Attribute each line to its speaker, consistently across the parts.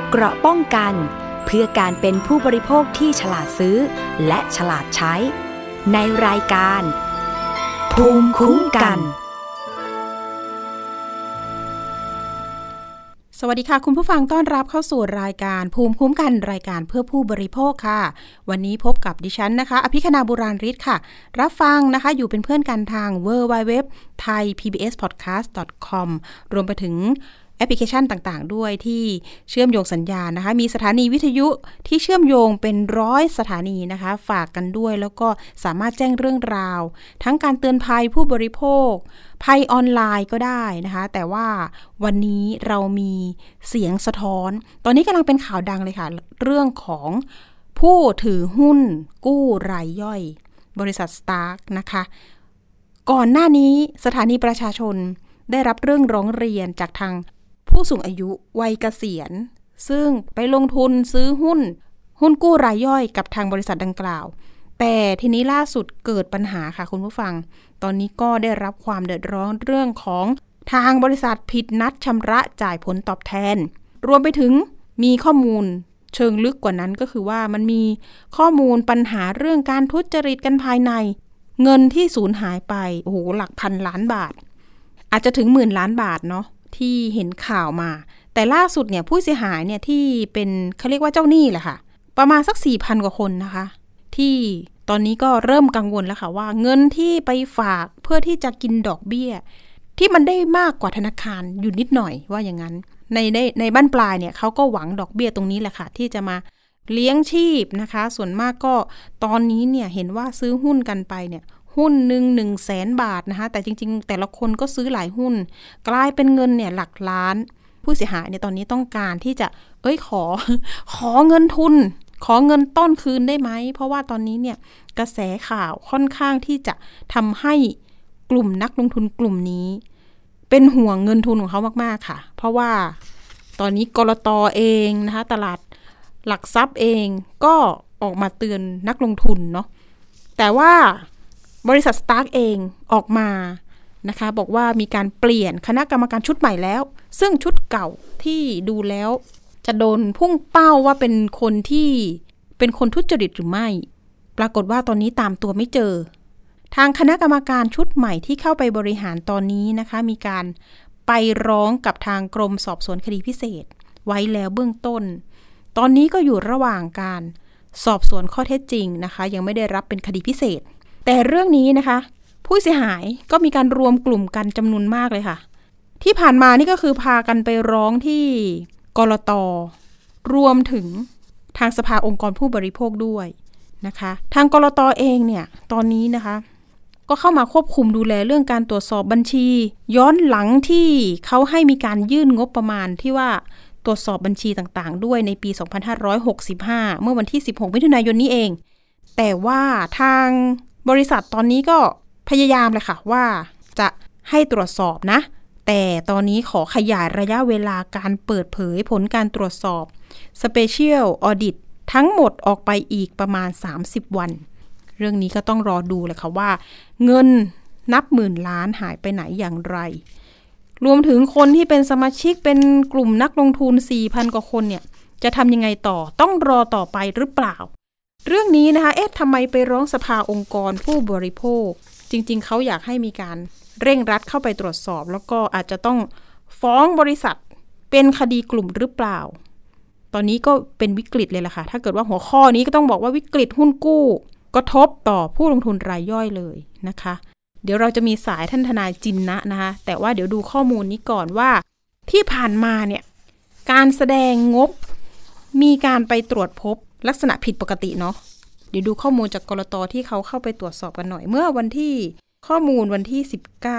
Speaker 1: เกราะป้องกันเพื่อการเป็นผู้บริโภคที่ฉลาดซื้อและฉลาดใช้ในรายการภูมิคุ้มกัน
Speaker 2: สวัสดีค่ะคุณผู้ฟังต้อนรับเข้าสู่รายการภูมิคุ้มกันรายการเพื่อผู้บริโภคค่ะวันนี้พบกับดิฉันนะคะอภิคณาบุราริศค่ะรับฟังนะคะอยู่เป็นเพื่อนกันทาง www.thaipbspodcast.com รวมไปถึงแอปพลิเคชันต่างๆด้วยที่เชื่อมโยงสัญญาณนะคะมีสถานีวิทยุที่เชื่อมโยงเป็น100สถานีนะคะฝากกันด้วยแล้วก็สามารถแจ้งเรื่องราวทั้งการเตือนภัยผู้บริโภคภัยออนไลน์ก็ได้นะคะแต่ว่าวันนี้เรามีเสียงสะท้อนตอนนี้กำลังเป็นข่าวดังเลยค่ะเรื่องของผู้ถือหุ้นกู้รายย่อยบริษัทสตาร์กนะคะก่อนหน้านี้สถานีประชาชนได้รับเรื่องร้องเรียนจากทางผู้สูงอายุวัยเกษียณซึ่งไปลงทุนซื้อหุ้นกู้รายย่อยกับทางบริษัทดังกล่าวแต่ทีนี้ล่าสุดเกิดปัญหาค่ะคุณผู้ฟังตอนนี้ก็ได้รับความเดือดร้อนเรื่องของทางบริษัทผิดนัดชำระจ่ายผลตอบแทนรวมไปถึงมีข้อมูลเชิงลึกกว่านั้นก็คือว่ามันมีข้อมูลปัญหาเรื่องการทุจริตกันภายในเงินที่สูญหายไปโอ้โหหลักพันล้านบาทอาจจะถึง10,000 ล้านบาทเนาะที่เห็นข่าวมาแต่ล่าสุดเนี่ยผู้เสียหายเนี่ยที่เป็นเขาเรียกว่าเจ้าหนี้แหละค่ะประมาณสัก 4,000 กว่าคนนะคะที่ตอนนี้ก็เริ่มกังวลแล้วค่ะว่าเงินที่ไปฝากเพื่อที่จะกินดอกเบี้ยที่มันได้มากกว่าธนาคารอยู่นิดหน่อยว่าอย่างนั้นในบ้านปลายเนี่ยเขาก็หวังดอกเบี้ยตรงนี้แหละค่ะที่จะมาเลี้ยงชีพนะคะส่วนมากก็ตอนนี้เนี่ยเห็นว่าซื้อหุ้นกันไปเนี่ยหุ้นหนึ่ง100,000 บาทนะคะแต่จริงๆแต่ละคนก็ซื้อหลายหุ้นกลายเป็นเงินเนี่ยหลักล้านผู้เสียหายเนี่ยตอนนี้ต้องการที่จะขอเงินทุนขอเงินต้นคืนได้ไหมเพราะว่าตอนนี้เนี่ยกระแสข่าวค่อนข้างที่จะทำให้กลุ่มนักลงทุนกลุ่มนี้เป็นห่วงเงินทุนของเขามากๆค่ะเพราะว่าตอนนี้กลต.เองนะคะตลาดหลักทรัพย์เองก็ออกมาเตือนนักลงทุนเนาะแต่ว่าบริษัทสตาร์กเองออกมานะคะบอกว่ามีการเปลี่ยนคณะกรรมการชุดใหม่แล้วซึ่งชุดเก่าที่ดูแล้วจะโดนพุ่งเป้าว่าเป็นคนทุจริตหรือไม่ปรากฏว่าตอนนี้ตามตัวไม่เจอทางคณะกรรมการชุดใหม่ที่เข้าไปบริหารตอนนี้นะคะมีการไปร้องกับทางกรมสอบสวนคดีพิเศษไว้แล้วเบื้องต้นตอนนี้ก็อยู่ระหว่างการสอบสวนข้อเท็จจริงนะคะยังไม่ได้รับเป็นคดีพิเศษแต่เรื่องนี้นะคะผู้เสียหายก็มีการรวมกลุ่มกันจำนวนมากเลยค่ะที่ผ่านมานี่ก็คือพากันไปร้องที่กลต.รวมถึงทางสภาองค์กรผู้บริโภคด้วยนะคะทางกลต.เองเนี่ยตอนนี้นะคะก็เข้ามาควบคุมดูแลเรื่องการตรวจสอบบัญชีย้อนหลังที่เขาให้มีการยื่นงบประมาณที่ว่าตรวจสอบบัญชีต่างๆด้วยในปี 2565 เมื่อวันที่ 16 มิถุนายนนี้เองแต่ว่าทางบริษัทตอนนี้ก็พยายามเลยค่ะว่าจะให้ตรวจสอบนะแต่ตอนนี้ขอขยายระยะเวลาการเปิดเผยผลการตรวจสอบ Special Audit ทั้งหมดออกไปอีกประมาณ30วันเรื่องนี้ก็ต้องรอดูเลยค่ะว่าเงินนับหมื่นล้านหายไปไหนอย่างไรรวมถึงคนที่เป็นสมาชิกเป็นกลุ่มนักลงทุน 4,000 กว่าคนเนี่ยจะทำยังไงต่อต้องรอต่อไปหรือเปล่าเรื่องนี้นะคะทำไมไปร้องสภาองค์กรผู้บริโภคจริงๆเขาอยากให้มีการเร่งรัดเข้าไปตรวจสอบแล้วก็อาจจะต้องฟ้องบริษัทเป็นคดีกลุ่มหรือเปล่าตอนนี้ก็เป็นวิกฤตเลยล่ะค่ะถ้าเกิดว่าหัวข้อนี้ก็ต้องบอกว่าวิกฤตหุ้นกู้กระทบต่อผู้ลงทุนรายย่อยเลยนะคะเดี๋ยวเราจะมีสายท่านทนายจินนะนะคะแต่ว่าเดี๋ยวดูข้อมูลนี้ก่อนว่าที่ผ่านมาเนี่ยการแสดงงบมีการไปตรวจพบลักษณะผิดปกติเนาะเดี๋ยวดูข้อมูลจากกลต.ที่เขาเข้าไปตรวจสอบกันหน่อยเมื่อวันที่ข้อมูลวันที่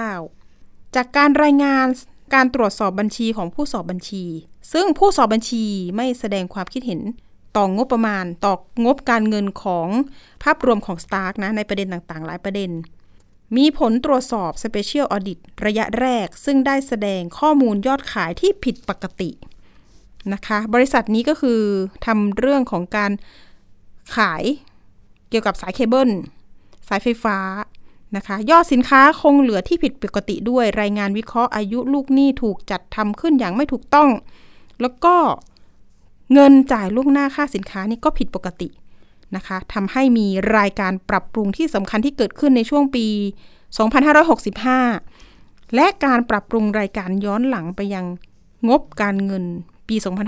Speaker 2: 19จากการรายงานการตรวจสอบบัญชีของผู้สอบบัญชีซึ่งผู้สอบบัญชีไม่แสดงความคิดเห็นต่องบประมาณต่องบการเงินของภาพรวมของ Stark นะในประเด็นต่างๆหลายประเด็นมีผลตรวจสอบ Special Audit ระยะแรกซึ่งได้แสดงข้อมูลยอดขายที่ผิดปกตินะคะบริษัทนี้ก็คือทำเรื่องของการขายเกี่ยวกับสายเคเบิลสายไฟฟ้านะคะยอดสินค้าคงเหลือที่ผิดปกติด้วยรายงานวิเคราะห์อายุลูกหนี้ถูกจัดทำขึ้นอย่างไม่ถูกต้องแล้วก็เงินจ่ายล่วงหน้าค่าสินค้านี่ก็ผิดปกตินะคะทำให้มีรายการปรับปรุงที่สำคัญที่เกิดขึ้นในช่วงปี 2565 และการปรับปรุงรายการย้อนหลังไปยังงบการเงินปี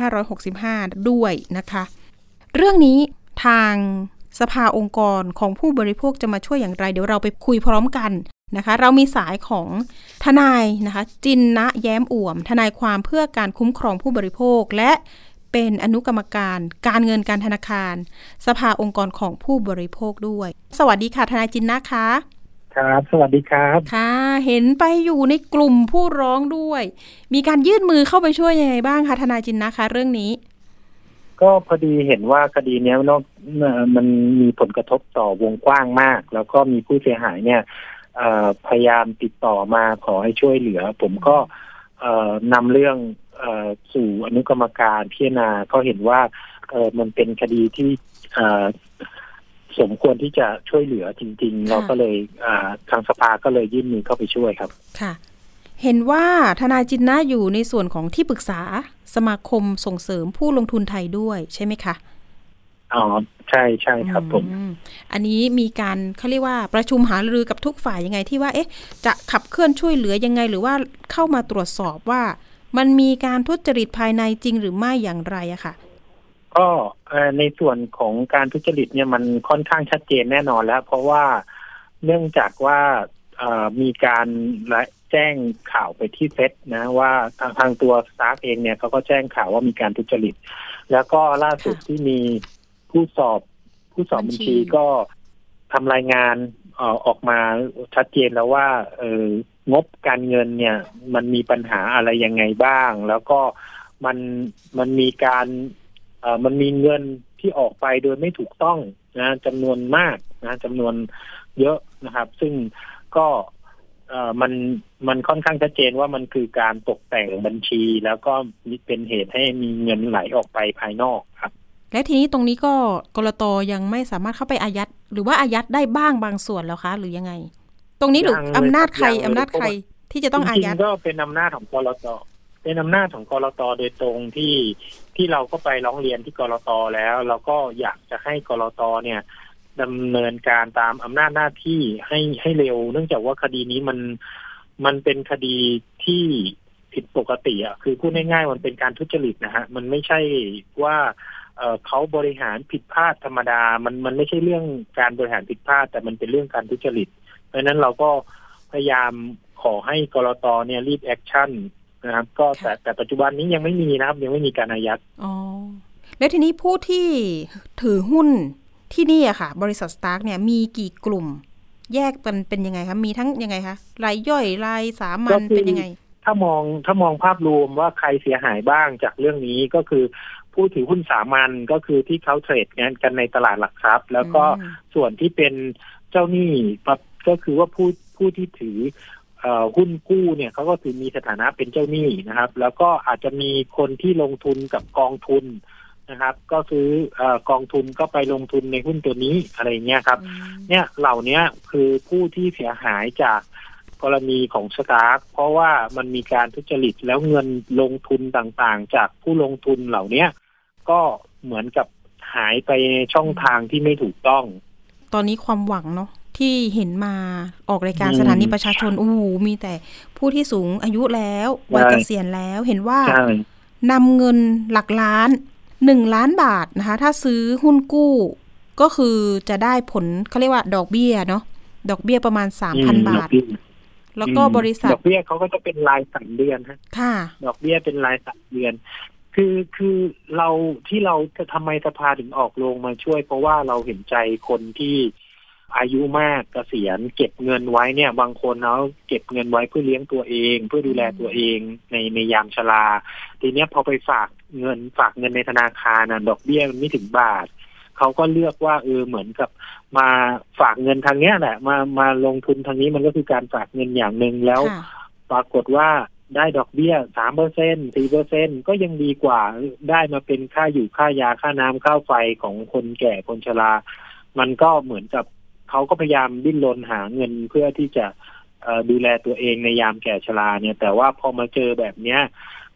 Speaker 2: 2565 ด้วยนะคะเรื่องนี้ทางสภาองค์กรของผู้บริโภคจะมาช่วยอย่างไรเดี๋ยวเราไปคุยพร้อมกันนะคะเรามีสายของทนายนะคะจินนะแย้มอ่วมทนายความเพื่อการคุ้มครองผู้บริโภคและเป็นอนุกรรมการการเงินการธนาคารสภาองค์กรของผู้บริโภคด้วยสวัสดีค่ะทนายจินนะคะ
Speaker 3: ครับสวัสดีครับ
Speaker 2: ค่ะเห็นไปอยู่ในกลุ่มผู้ร้องด้วยมีการยื่นมือเข้าไปช่วยยังไงบ้างคะทนายจินนะคะเรื่องนี้
Speaker 3: ก็พอดีเห็นว่าคดีนี้มันมีผลกระทบต่อวงกว้างมากแล้วก็มีผู้เสียหายเนี่ยพยายามติดต่อมาขอให้ช่วยเหลือผมก็นำเรื่องสู่อนุกรรมการพิจารณาก็เห็นว่ามันเป็นคดีที่สมควรที่จะช่วยเหลือจริงๆเราก็เลยทางสภาก็เลยยื่นมือเข้าไปช่วยครับ
Speaker 2: ค่ะเห็นว่าทนายจินนะอยู่ในส่วนของที่ปรึกษาสมาคมส่งเสริมผู้ลงทุนไทยด้วยใช่ไหมคะ
Speaker 3: อ๋อใช่ใช่ครับผม
Speaker 2: อันนี้มีการเขาเรียกว่าประชุมหารือกับทุกฝ่ายยังไงที่ว่าจะขับเคลื่อนช่วยเหลือยังไงหรือว่าเข้ามาตรวจสอบว่ามันมีการทุจริตภายในจริงหรือไม่อย่างไรอะค่ะ
Speaker 3: ก็ในส่วนของการทุจริตเนี่ยมันค่อนข้างชัดเจนแน่นอนแล้วเพราะว่าเนื่องจากว่ามีการแจ้งข่าวไปที่เฟซนะว่าทางตัวสตาร์เองเนี่ยเขาก็แจ้งข่าวว่ามีการทุจริตแล้วก็ล่าสุดที่มีผู้สอบบัญชีก็ทำรายงานออกมาชัดเจนแล้วว่างบการเงินเนี่ยมันมีปัญหาอะไรยังไงบ้างแล้วก็มันมีการมันมีเงินที่ออกไปโดยไม่ถูกต้องนะจำนวนมากนะจำนวนเยอะนะครับซึ่งก็มันค่อนข้างชัดเจนว่ามันคือการตกแต่งบัญชีแล้วก็เป็นเหตุให้มีเงินไหลออกไปภายนอกครับ
Speaker 2: และทีนี้ตรงนี้ก็กลต.ยังไม่สามารถเข้าไปอายัดหรือว่าอายัดได้บ้างบางส่วนแล้วคะหรือยังไงตรงนี้หรืออำนาจใครที่จะต้องอายัด
Speaker 3: ก็เป็นอำนาจของกลต.เป็นอำนาจของกลต.โดยตรงที่เราก็ไปร้องเรียนที่กลต.แล้วเราก็อยากจะให้กลต.เนี่ยดำเนินการตามอำนาจหน้าที่ให้เร็วเนื่องจากว่าคดีนี้มันเป็นคดีที่ผิดปกติอ่ะคือพูดง่ายๆมันเป็นการทุจริตนะฮะมันไม่ใช่ว่าเขาบริหารผิดพลาดธรรมดามันไม่ใช่เรื่องการบริหารผิดพลาดแต่มันเป็นเรื่องการทุจริตเพราะฉะนั้นเราก็พยายามขอให้กลต.เนี่ยรีบแอคชั่นนะครับก็แต่ปัจจุบันนี้ยังไม่มีนะครับยังไม่มีการอายัด
Speaker 2: อ๋อแล้วทีนี้ผู้ที่ถือหุ้นที่นี่อะค่ะบริษัทสตาร์กเนี่ยมีกี่กลุ่มแยกเป็นยังไงคะมีทั้งยังไงคะรายย่อยรายสามัญเป็นยังไง
Speaker 3: ถ้ามองภาพรวมว่าใครเสียหายบ้างจากเรื่องนี้ก็คือผู้ถือหุ้นสามัญก็คือที่เขาเทรดกันในตลาดหลักทรัพย์แล้วก็ส่วนที่เป็นเจ้าหนี้ก็คือว่าผู้ที่ถือหุ้นกู้เนี่ยเขาก็คือมีสถานะเป็นเจ้าหนี้นะครับแล้วก็อาจจะมีคนที่ลงทุนกับกองทุนนะครับก็ซื้อกองทุนก็ไปลงทุนในหุ้นตัวนี้อะไรเงี้ยครับเนี่ยเหล่านี้คือผู้ที่เสียหายจากกรณีของสตาร์กเพราะว่ามันมีการทุจริตแล้วเงินลงทุนต่างๆจากผู้ลงทุนเหล่านี้ก็เหมือนกับหายไปในช่องทางที่ไม่ถูกต้อง
Speaker 2: ตอนนี้ความหวังเนาะที่เห็นมาออกรายการสถานีประชาชนมีแต่ผู้ที่สูงอายุแล้ววัยเกษียณแล้วเห็นว่านำเงินหลักล้าน1 ล้านบาทนะคะถ้าซื้อหุ้นกู้ก็คือจะได้ผลเขาเรียกว่าดอกเบี้ยเนาะดอกเบี้ยประมาณ 3,000 บาทแล้วก็บริษัท
Speaker 3: ดอกเบี้ยเขาก็จะเป็นราย3 เดือนฮะ
Speaker 2: ค่ะ
Speaker 3: ดอกเบี้ยเป็นราย3 เดือนคือเราจะทำไมสภาถึงออกโรงมาช่วยเพราะว่าเราเห็นใจคนที่อายุมากเกษียณเก็บเงินไว้เนี่ยบางคนเขาเก็บเงินไว้เพื่อเลี้ยงตัวเองเพื่อดูแลตัวเองในยามชราทีเนี้ยพอไปฝากเงินในธนาคารน่ะดอกเบี้ยมันไม่ถึงบาทเขาก็เลือกว่าเหมือนกับมาฝากเงินทางเนี้ยแหละมาลงทุนทางนี้มันก็คือการฝากเงินอย่างนึงแล้วปรากฏว่าได้ดอกเบี้ย 3% 4% ก็ยังดีกว่าได้มาเป็นค่าอยู่ค่ายาค่าน้ำค่าไฟของคนแก่คนชรามันก็เหมือนกับเขาก็พยายามดิ้นรนหาเงินเพื่อที่จะดูแลตัวเองในยามแก่ชราเนี่ยแต่ว่าพอมาเจอแบบเนี้ย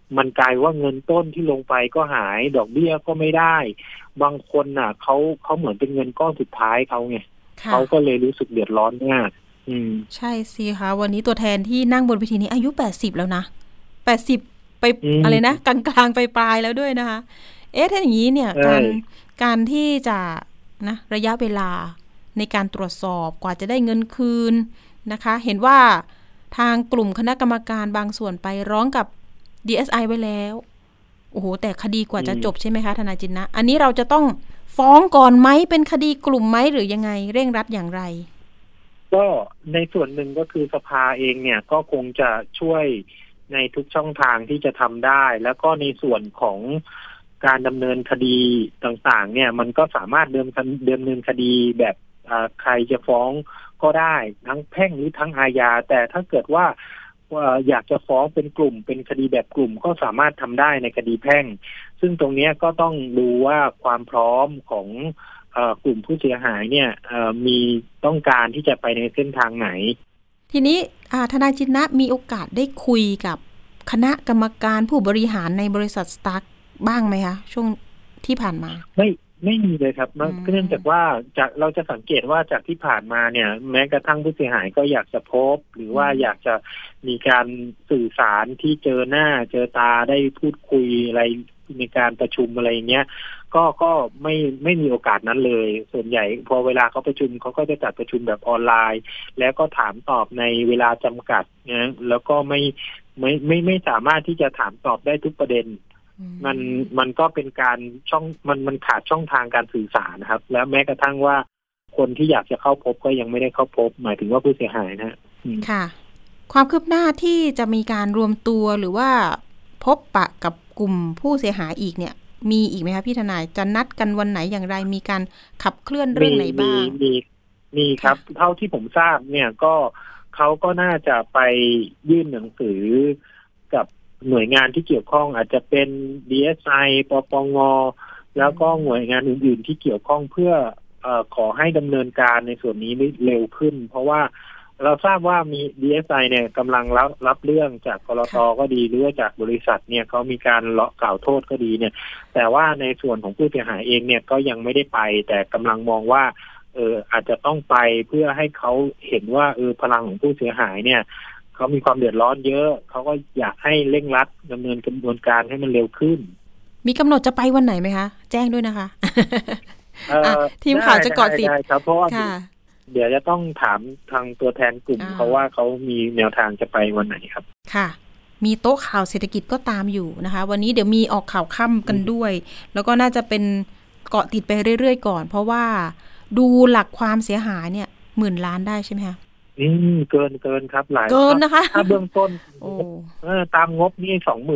Speaker 3: มันกลายว่าเงินต้นที่ลงไปก็หายดอกเบี้ยก็ไม่ได้บางคนน่ะเขาเหมือนเป็นเงินก้อนสุดท้ายเขาไงเขาก็เลยรู้สึกเดือดร้อนมาก
Speaker 2: ใช่สิคะวันนี้ตัวแทนที่นั่งบนเวทีนี้อายุ80แล้วนะ80ไปอะไรนะกลางๆไปปลายแล้วด้วยนะคะถ้าอย่างนี้เนี่ยการที่จะนะระยะเวลาในการตรวจสอบกว่าจะได้เงินคืนนะคะเห็นว่าทางกลุ่มคณะกรรมการบางส่วนไปร้องกับ DSI ไว้แล้วโอ้โหแต่คดีกว่าจะจบใช่ไหมคะทนายจินนะอันนี้เราจะต้องฟ้องก่อนไหมเป็นคดีกลุ่มไหมหรือยังไงเร่งรัดอย่างไร
Speaker 3: ก็ในส่วนหนึ่งก็คือสภาเองเนี่ยก็คงจะช่วยในทุกช่องทางที่จะทำได้แล้วก็ในส่วนของการดำเนินคดีต่างๆเนี่ยมันก็สามารถดำเนินคดีแบบใครจะฟ้องก็ได้ทั้งแพ่งหรือทั้งอาญาแต่ถ้าเกิดว่าอยากจะฟ้องเป็นกลุ่มเป็นคดีแบบกลุ่มก็สามารถทำได้ในคดีแพ่งซึ่งตรงนี้ก็ต้องดูว่าความพร้อมของกลุ่มผู้เสียหายเนี่ยมีต้องการที่จะไปในเส้นทางไหน
Speaker 2: ทีนี้ทนายจินนะมีโอกาสได้คุยกับคณะกรรมการผู้บริหารในบริษัทสตาร์คบ้างไหมคะช่วงที่ผ่านมา
Speaker 3: ไม่มีเลยครับเนื่องจากว่าเราจะสังเกตว่าจากที่ผ่านมาเนี่ยแม้กระทั่งผู้เสียหายก็อยากจะพบหรือว่าอยากจะมีการสื่อสารที่เจอหน้าเจอตาได้พูดคุยอะไรในการประชุมอะไรเงี้ยก็ไม่มีโอกาสนั้นเลยส่วนใหญ่พอเวลาเขาประชุมเขาก็จะจัดประชุมแบบออนไลน์แล้วก็ถามตอบในเวลาจำกัดนะแล้วก็ไม่สามารถที่จะถามตอบได้ทุกประเด็นมันก็เป็นการมันขาดช่องทางการสื่อสารนะครับแล้วแม้กระทั่งว่าคนที่อยากจะเข้าพบก็ยังไม่ได้เข้าพบหมายถึงว่าผู้เสียหายนะ
Speaker 2: ค่ะความคืบหน้าที่จะมีการรวมตัวหรือว่าพบปะกับกลุ่มผู้เสียหายอีกเนี่ยมีอีกไหมคะพี่ทนายจะนัดกันวันไหนอย่างไรมีการขับเคลื่อนเรื่องไหนบ้าง
Speaker 3: มีครับเท่าที่ผมทราบเนี่ยก็เขาก็น่าจะไปยื่นหนังสือกับหน่วยงานที่เกี่ยวข้องอาจจะเป็น DSI ปปงแล้วก็หน่วยงานอื่นๆที่เกี่ยวข้องเพื่อขอให้ดำเนินการในส่วนนี้เร็วขึ้นเพราะว่าเราทราบว่ามี DSI เนี่ยกำลังรับเรื่องจากกลต.ก็ดีหรือว่าจากบริษัทเนี่ยเขามีการกล่าวโทษก็ดีเนี่ยแต่ว่าในส่วนของผู้เสียหายเองเนี่ยก็ยังไม่ได้ไปแต่กำลังมองว่าอาจจะต้องไปเพื่อให้เขาเห็นว่าพลังของผู้เสียหายเนี่ยเขามีความเดือดร้อนเยอะเขาก็อยากให้เร่งรัดดำเนินกระบวนการให้มันเร็วขึ้น
Speaker 2: มีกำหนดจะไปวันไหนไหมคะแจ้งด้วยนะคะทีมข่าวจะเกาะติด
Speaker 3: ครับเพราะว่าเดี๋ยวจะต้องถามทางตัวแทนกลุ่มเขาว่าเขามีแนวทางจะไปวันไหนครับ
Speaker 2: ค่ะมีโต๊ะข่าวเศรษฐกิจก็ตามอยู่นะคะวันนี้เดี๋ยวมีออกข่าวค่ำกันด้วยแล้วก็น่าจะเป็นเกาะติดไปเรื่อยๆก่อนเพราะว่าดูหลักความเสียหายเนี่ย10,000 ล้านได้ใช่ไหมคะ
Speaker 3: เกินครับหลาย
Speaker 2: เกินนะคะ
Speaker 3: ถ้าเบื้องต้นตามงบนี่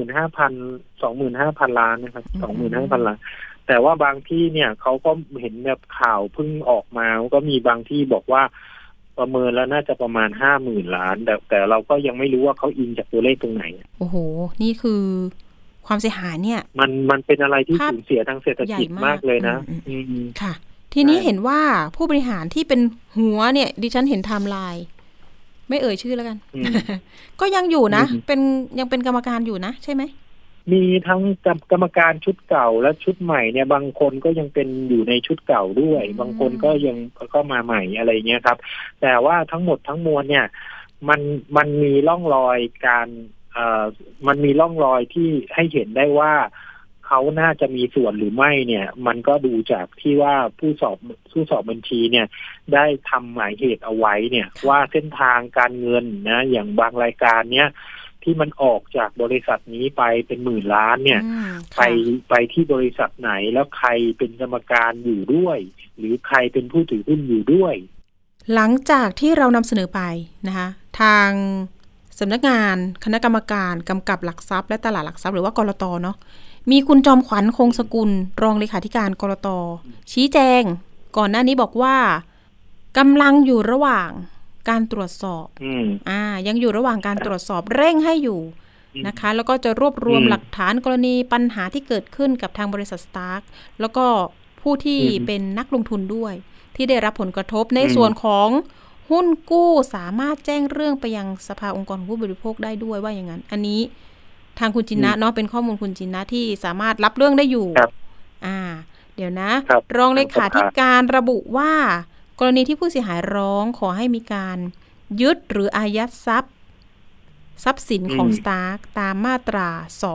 Speaker 3: 25,000 ล้านนะครับ 25,000 ล้านแต่ว่าบางที่เนี่ยเขาก็เห็นแบบข่าวเพิ่งออกมาก็มีบางที่บอกว่าประเมินแล้วน่าจะประมาณ 50,000 ล้านแต่เราก็ยังไม่รู้ว่าเขาอิงจากตัวเลขตรงไหน
Speaker 2: โอ้โหนี่คือความเสียหายเนี่ย
Speaker 3: มันเป็นอะไรที่สูญเสียทางเศรษฐกิจมากเลยนะ
Speaker 2: ค่ะทีนี้เห็นว่าผู้บริหารที่เป็นหัวเนี่ยดิฉันเห็นไทม์ไลน์ไม่เอ่ยชื่อแล้วกันก็ยังอยู่นะยังเป็นกรรมการอยู่นะใช่ไหม
Speaker 3: มีทั้งกรรมการชุดเก่าและชุดใหม่เนี่ยบางคนก็ยังเป็นอยู่ในชุดเก่าด้วยบางคนก็ยังก็มาใหม่อะไรเงี้ยครับแต่ว่าทั้งหมดทั้งมวลเนี่ยมันมีร่องรอยการมันมีร่องรอยที่ให้เห็นได้ว่าเขาน่าจะมีส่วนหรือไม่เนี่ยมันก็ดูจากที่ว่าผู้สอบบัญชีเนี่ยได้ทำหมายเหตุเอาไว้เนี่ยว่าเส้นทางการเงินนะอย่างบางรายการเนี้ยที่มันออกจากบริษัทนี้ไปเป็น10,000 ล้านเนี่ยไปที่บริษัทไหนแล้วใครเป็นกรรมการอยู่ด้วยหรือใครเป็นผู้ถือหุ้นอยู่ด้วย
Speaker 2: หลังจากที่เรานำเสนอไปนะคะทางสำนักงานคณะกรรมการกำกับหลักทรัพย์และตลาดหลักทรัพย์หรือว่ากลต.เนาะมีคุณจอมขวัญคงสกุลรองเลขาธิการกลต.ชี้แจงก่อนหน้านี้บอกว่ากำลังอยู่ระหว่างการตรวจสอบยังอยู่ระหว่างการตรวจสอบเร่งให้อยู่นะคะแล้วก็จะรวบรวมหลักฐานกรณีปัญหาที่เกิดขึ้นกับทางบริษัทสตาร์คแล้วก็ผู้ที่เป็นนักลงทุนด้วยที่ได้รับผลกระทบในส่วนของหุ้นกู้สามารถแจ้งเรื่องไปยังสภาองค์กรของผู้บริโภคได้ด้วยว่าอย่างนั้นอันนี้ทางคุณจินะเนาะเป็นข้อมูลคุณจินะที่สามารถรับเรื่องได้อยู่เดี๋ยวนะรองเลขาธิการระบุว่ากรณีที่ผู้เสียหายร้องขอให้มีการยึดหรืออายัดทรัพย์สินของสตาร์ตามมาตรา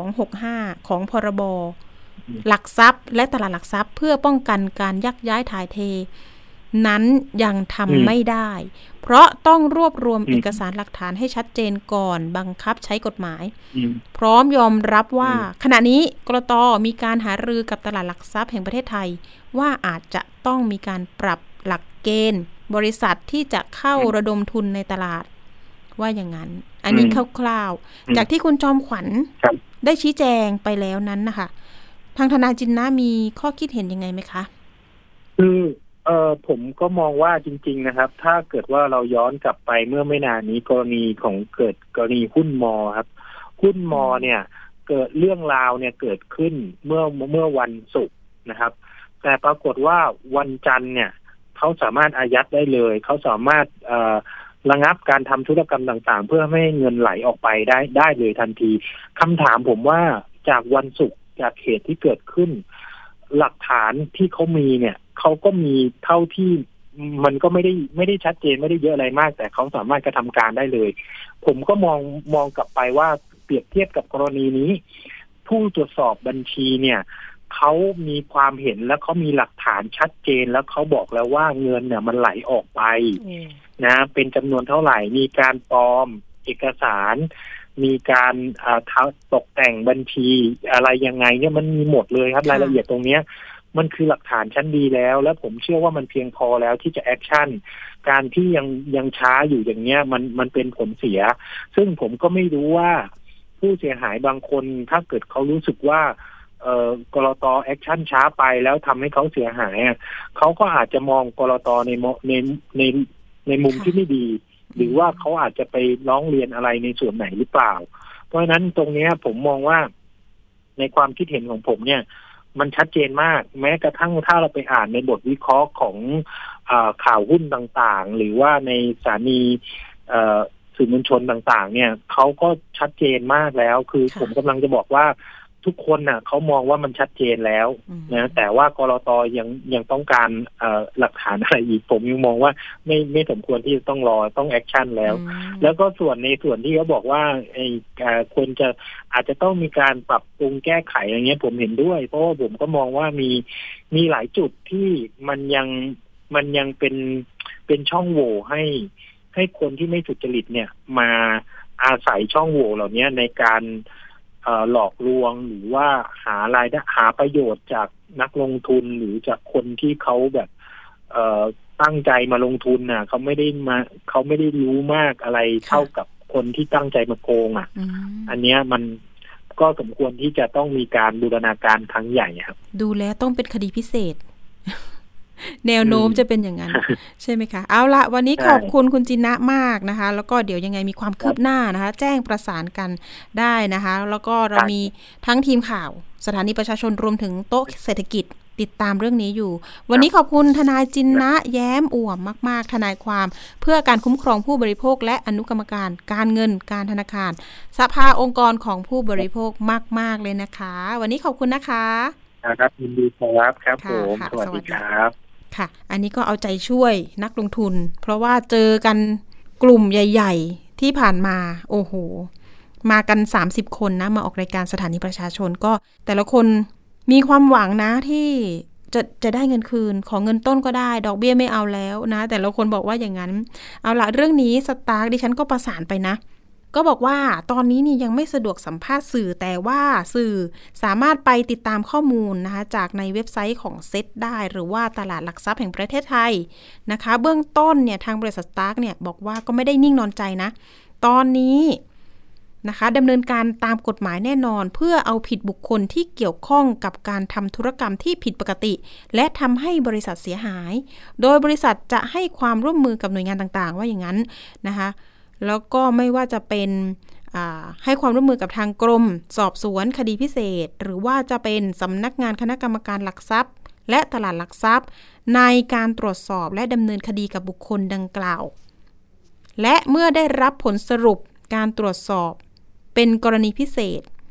Speaker 2: 265ของพรบหลักทรัพย์และตลาดหลักทรัพย์เพื่อป้องกันการยักย้ายถ่ายเทนั้นยังทำไม่ได้เพราะต้องรวบรวมเอกสารหลักฐานให้ชัดเจนก่อนบังคับใช้กฎหมายพร้อมยอมรับว่าขณะนี้กลต.มีการหารือกับตลาดหลักทรัพย์แห่งประเทศไทยว่าอาจจะต้องมีการปรับหลักเกณฑ์บริษัทที่จะเข้าระดมทุนในตลาดว่าอย่างนั้นอันนี้คร่าวๆจากที่คุณจอมขวัญได้ชี้แจงไปแล้วนั้นนะคะทางทนายจินนะมีข้อคิดเห็นยังไงไหมคะ
Speaker 3: คือผมก็มองว่าจริงๆนะครับถ้าเกิดว่าเราย้อนกลับไปเมื่อไม่นานนี้กรณีหุ้นมอครับหุ้นมอเนี่ยเกิดเรื่องราวเนี่ยเกิดขึ้นเมื่อวันศุกร์นะครับแต่ปรากฏว่าวันจันทร์เนี่ยเขาสามารถอายัดได้เลยเขาสามารถระงับการทำธุรกรรมต่างๆเพื่อไม่ให้เงินไหลออกไปได้เลยทันทีคำถามผมว่าจากวันศุกร์จากเหตุที่เกิดขึ้นหลักฐานที่เขามีเนี่ยเขาก็มีเท่าที่มันก็ไม่ได้ชัดเจนไม่ได้เยอะอะไรมากแต่เขาสามารถกระทำการได้เลยผมก็มองกลับไปว่าเปรียบเทียบกับกรณีนี้ผู้ตรวจสอบบัญชีเนี่ยเขามีความเห็นและเขามีหลักฐานชัดเจนแล้วเขาบอกแล้วว่าเงินเนี่ยมันไหลออกไปนะเป็นจำนวนเท่าไหร่มีการปลอมเอกสารมีการตกแต่งบัญชีอะไรยังไงเนี่ยมันมีหมดเลยครับรายละเอียดตรงนี้มันคือหลักฐานชั้นดีแล้วและผมเชื่อว่ามันเพียงพอแล้วที่จะแอคชั่นการที่ยังช้าอยู่อย่างเนี้ยมันเป็นผลเสียซึ่งผมก็ไม่รู้ว่าผู้เสียหายบางคนถ้าเกิดเขารู้สึกว่ากลต.แอคชั่นช้าไปแล้วทำให้เขาเสียหายเขาก็อาจจะมองกลต.ในมุมที่ไม่ดีหรือว่าเขาอาจจะไปร้องเรียนอะไรในส่วนไหนหรือเปล่าเพราะฉะนั้นตรงนี้ผมมองว่าในความคิดเห็นของผมเนี่ยมันชัดเจนมากแม้กระทั่งถ้าเราไปอ่านในบทวิเคราะห์ของข่าวหุ้นต่างๆหรือว่าในสถานีสื่อมวลชนต่างๆเนี่ยเขาก็ชัดเจนมากแล้วคือผมกำลังจะบอกว่าทุกคนน่ะเขามองว่ามันชัดเจนแล้วนะแต่ว่ากลต.ยังต้องการหลักฐานอะไรอีกผมยังมองว่าไม่สมควรที่จะต้องรอต้องแอคชั่นแล้วก็ส่วนที่เขาบอกว่าควรจะอาจจะต้องมีการปรับปรุงแก้ไขอะไรเงี้ยผมเห็นด้วยเพราะว่าผมก็มองว่ามีหลายจุดที่มันยังเป็นช่องโหว่ให้คนที่ไม่สุจริตเนี่ยมาอาศัยช่องโหว่เหล่านี้ในการหลอกลวงหรือว่าหารายได้หาประโยชน์จากนักลงทุนหรือจากคนที่เขาแบบตั้งใจมาลงทุนน่ะเขาไม่ได้รู้มากอะไรเท่ากับคนที่ตั้งใจมาโกงอันเนี้ยมันก็สมควรที่จะต้องมีการบูรณาการครั้งใหญ่ครับ
Speaker 2: ดูแลต้องเป็นคดีพิเศษแนวโน้มจะเป็นอย่างนั้นใช่ไหมคะเอาละวันนี้ขอบคุณคุณจินะมากนะคะแล้วก็เดี๋ยวยังไงมีความคืบหน้านะคะแจ้งประสานกันได้นะคะแล้วก็เรามีทั้งทีมข่าวสถานีประชาชนรวมถึงโต๊ะเศรษฐกิจติดตามเรื่องนี้อยู่วันนี้ขอบคุณทนายจินะแย้มอ่วมมากๆทนายความเพื่อการคุ้มครองผู้บริโภคและอนุกรรมการการเงินการธนาคารสภาองค์กรของผู้บริโภคมากๆเลยนะคะวันนี้ขอบคุณนะคะ
Speaker 3: ครับยินดีครับผมสวัสดีครับ
Speaker 2: ค่ะอันนี้ก็เอาใจช่วยนักลงทุนเพราะว่าเจอกันกลุ่มใหญ่ๆที่ผ่านมาโอ้โหมากัน30คนนะมาออกรายการสถานีประชาชนก็แต่ละคนมีความหวังนะที่จะได้เงินคืนของเงินต้นก็ได้ดอกเบี้ยไม่เอาแล้วนะแต่ละคนบอกว่าอย่างนั้นเอาละเรื่องนี้สตาร์ดิฉันก็ประสานไปนะก็บอกว่าตอนนี้นี่ยังไม่สะดวกสัมภาษณ์สื่อแต่ว่าสื่อสามารถไปติดตามข้อมูลนะคะจากในเว็บไซต์ของเซ็ตได้หรือว่าตลาดหลักทรัพย์แห่งประเทศไทยนะคะเบื้องต้นเนี่ยทางบริษัทสตาร์เนี่ยบอกว่าก็ไม่ได้นิ่งนอนใจนะตอนนี้นะคะดำเนินการตามกฎหมายแน่นอนเพื่อเอาผิดบุคคลที่เกี่ยวข้องกับการทำธุรกรรมที่ผิดปกติและทำให้บริษัทเสียหายโดยบริษัทจะให้ความร่วมมือกับหน่วยงานต่างๆว่าอย่างนั้นนะคะแล้วก็ไม่ว่าจะเป็นให้ความร่วมมือกับทางกรมสอบสวนคดีพิเศษหรือว่าจะเป็นสำนักงานคณะกรรมการหลักทรัพย์และตลาดหลักทรัพย์ในการตรวจสอบและดำเนินคดีกับบุคคลดังกล่าวและเมื่อได้รับผลสรุปการตรวจสอบเป็นกรณีพิเศษ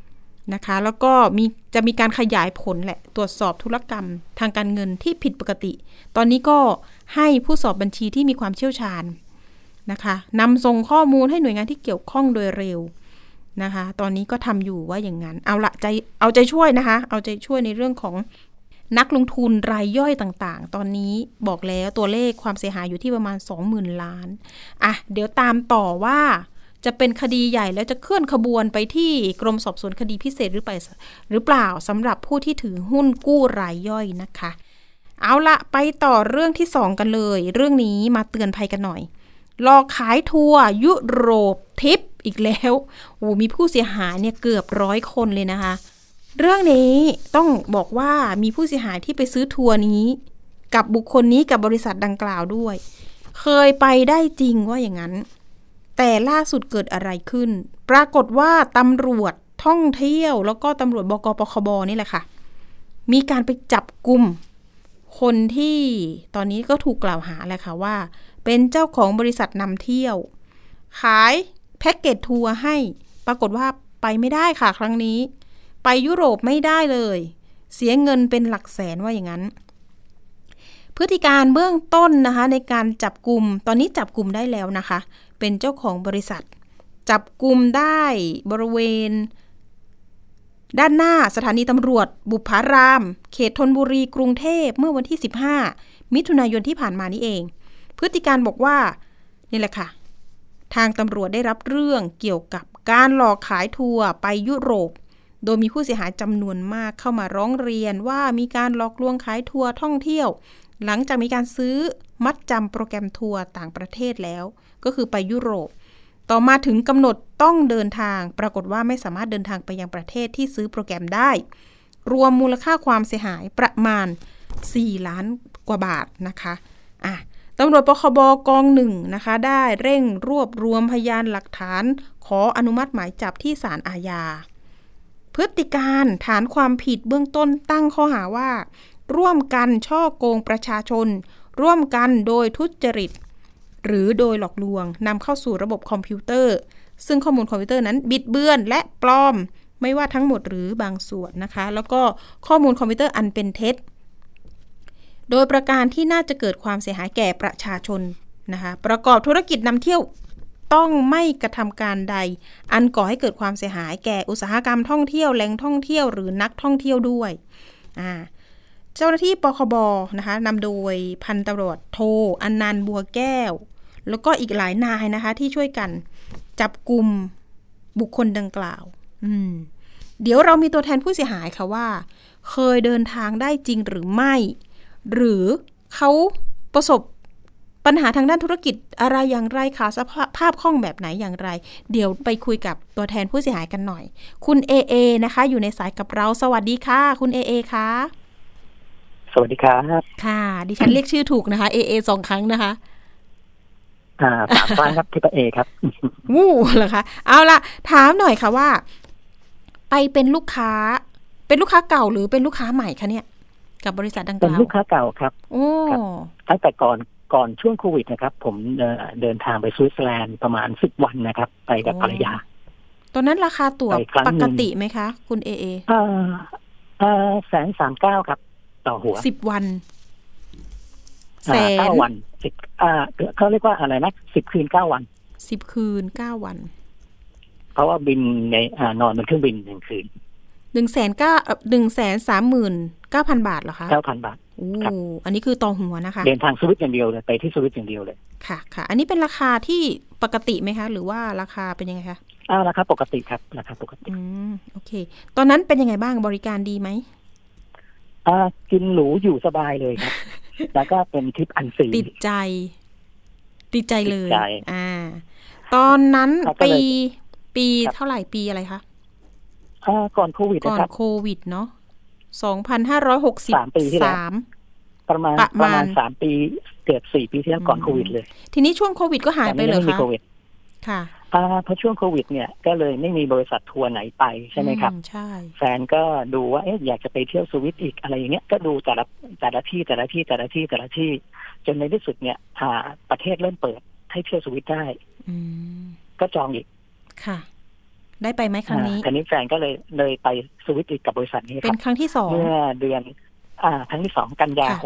Speaker 2: นะคะแล้วก็จะมีการขยายผลแหละตรวจสอบธุรกรรมทางการเงินที่ผิดปกติตอนนี้ก็ให้ผู้สอบบัญชีที่มีความเชี่ยวชาญนะคะนำส่งข้อมูลให้หน่วยงานที่เกี่ยวข้องโดยเร็วนะคะตอนนี้ก็ทำอยู่ว่าอย่างนั้นเอาใจช่วยนะคะเอาใจช่วยในเรื่องของนักลงทุนรายย่อยต่างๆตอนนี้บอกแล้วตัวเลขความเสียหายอยู่ที่ประมาณ 20,000 ล้านอ่ะเดี๋ยวตามต่อว่าจะเป็นคดีใหญ่แล้วจะเคลื่อนขบวนไปที่กรมสอบสวนคดีพิเศษหรือเปล่าสำหรับผู้ที่ถือหุ้นกู้รายย่อยนะคะเอาละไปต่อเรื่องที่2กันเลยเรื่องนี้มาเตือนภัยกันหน่อยหลอกขายทัวร์ยุโรปทิปอีกแล้วมีผู้เสียหายเนี่ยเกือบ100 คนเลยนะคะเรื่องนี้ต้องบอกว่ามีผู้เสียหายที่ไปซื้อทัวร์นี้กับบุคคลนี้กับบริษัทดังกล่าวด้วยเคยไปได้จริงว่าอย่างนั้นแต่ล่าสุดเกิดอะไรขึ้นปรากฏว่าตำรวจท่องเที่ยวแล้วก็ตำรวจบก.ปคบ.นี่แหละค่ะมีการไปจับกุมคนที่ตอนนี้ก็ถูกกล่าวหาแหละค่ะว่าเป็นเจ้าของบริษัทนำเที่ยวขายแพ็กเกจทัวร์ให้ปรากฏว่าไปไม่ได้ค่ะครั้งนี้ไปยุโรปไม่ได้เลยเสียเงินเป็นหลักแสนว่าอย่างนั้นพฤติการเบื้องต้นนะคะในการจับกุมตอนนี้จับกุมได้แล้วนะคะเป็นเจ้าของบริษัทจับกุมได้บริเวณด้านหน้าสถานีตำรวจบุพารามเขตธนบุรีกรุงเทพเมื่อวันที่15 มิถุนายนที่ผ่านมานี้เองพฤติการบอกว่านี่แหละค่ะทางตำรวจได้รับเรื่องเกี่ยวกับการหลอกขายทัวร์ไปยุโรปโดยมีผู้เสียหายจำนวนมากเข้ามาร้องเรียนว่ามีการหลอกลวงขายทัวร์ท่องเที่ยวหลังจากมีการซื้อมัดจำโปรแกรมทัวร์ต่างประเทศแล้วก็คือไปยุโรปต่อมาถึงกำหนดต้องเดินทางปรากฏว่าไม่สามารถเดินทางไปยังประเทศที่ซื้อโปรแกรมได้รวมมูลค่าความเสียหายประมาณ4 ล้านกว่าบาทนะคะตำรวจปคบ.กอง1นะคะได้เร่งรวบรวมพยานหลักฐานขออนุมัติหมายจับที่ศาลอาญาพฤติการฐานความผิดเบื้องต้นตั้งข้อหาว่าร่วมกันฉ้อโกงประชาชนร่วมกันโดยทุจริตหรือโดยหลอกลวงนำเข้าสู่ระบบคอมพิวเตอร์ซึ่งข้อมูลคอมพิวเตอร์นั้นบิดเบือนและปลอมไม่ว่าทั้งหมดหรือบางส่วนนะคะแล้วก็ข้อมูลคอมพิวเตอร์อันเป็นเท็จโดยประการที่น่าจะเกิดความเสียหายแก่ประชาชนนะคะประกอบธุรกิจนำเที่ยวต้องไม่กระทำการใดอันก่อให้เกิดความเสียหายแก่อุตสาหกรรมท่องเที่ยวแหล่งท่องเที่ยวหรือนักท่องเที่ยวด้วยเจ้าหน้าที่ปคบ.นะคะนำโดยพันตำรวจโทอนันต์บัวแก้วแล้วก็อีกหลายนายนะคะที่ช่วยกันจับกุมบุคคลดังกล่าวเดี๋ยวเรามีตัวแทนผู้เสียหายค่ะว่าเคยเดินทางได้จริงหรือไม่หรือเขาประสบปัญหาทางด้านธุรกิจอะไรอย่างไรคะสภาพคล่องแบบไหนอย่างไรเดี๋ยวไปคุยกับตัวแทนผู้เสียหายกันหน่อยคุณเอนะคะอยู่ในสายกับเราสวัสดีค่ะคุณเอค่ะ
Speaker 4: สวัสดีครับ
Speaker 2: ค่ะดิฉันเรียกชื่อถูกนะคะเอ2 ครั้งนะคะ
Speaker 4: 3 ครั้งครับที่ป้าเอครับ
Speaker 2: เหรอคะเอาล่ะถามหน่อยค่ะว่าไปเป็นลูกค้าเก่าหรือเป็นลูกค้าใหม่คะเนี่ยกับบริษัทดังกล่าว
Speaker 4: เป็นลูกค้าเก่าครับตั้งแต่ก่อนช่วงโควิดนะครับผมเดินทางไปสวิตเซอร์แลนด์ประมาณ10 วันนะครับไปกับภรรยา
Speaker 2: ตอนนั้นราคาตั๋วปกติไหมคะคุณเอ
Speaker 4: 139,000ครับต่อหัว
Speaker 2: 10 วัน
Speaker 4: 9 วันเขาเรียกว่าอะไรนะ10 คืน 9 วัน
Speaker 2: 10 คืน 9 วัน
Speaker 4: เพราะว่าบินในนอนบนเครื่องบิน1 คืน
Speaker 2: 139,000 บาทเหรอคะ
Speaker 4: 9,000 บาท
Speaker 2: ครับอันนี้คือต่อหัวนะคะ
Speaker 4: เดินทางสวิตอย่างเดียวเลยไปที่สวิตอย่างเดียวเลย
Speaker 2: ค่ะอันนี้เป็นราคาที่ปกติไหมคะหรือว่าราคาเป็นยังไงคะ
Speaker 4: ราคาปกติครับราคาปกติ
Speaker 2: โอเคตอนนั้นเป็นยังไงบ้างบริการดีไหม
Speaker 4: กินหรูอยู่สบายเลยครับ แล้วก็เป็นทริปอันซีน
Speaker 2: ติดใจเลยตอนนั้นปีเท่าไหร่ปีอะไรคะ
Speaker 4: ก่อนโควิดนะครับ
Speaker 2: ก่อนโควิดเนาะ2563
Speaker 4: ประมาณ3 ปีเกือบ4 ปีที่แล้วก่อนโควิดเลย
Speaker 2: ทีนี้ช่วงโควิดก็หายไปเลยค่ะค่ะ
Speaker 4: พอช่วงโควิดเนี่ยก็เลยไม่มีบริษัททัวร์ไหนไปใช่ไหมครับ
Speaker 2: ใช่
Speaker 4: แฟนก็ดูว่าอยากจะไปเที่ยวสวิตอีกอะไรอย่างเงี้ยก็ดูแต่ละที่จนในที่สุดเนี่ยประเทศเริ่มเปิดให้เที่ยวสวิตได้ก็จองอีก
Speaker 2: ค่ะได้ไปไหมครั้งนี้
Speaker 4: ครั้งนี้แฟนก็เลยไปสวิตช์กับบริษัทนี้
Speaker 2: เป็นครั้งที่2
Speaker 4: เมื่อเดือนครั้งที่2กันยายน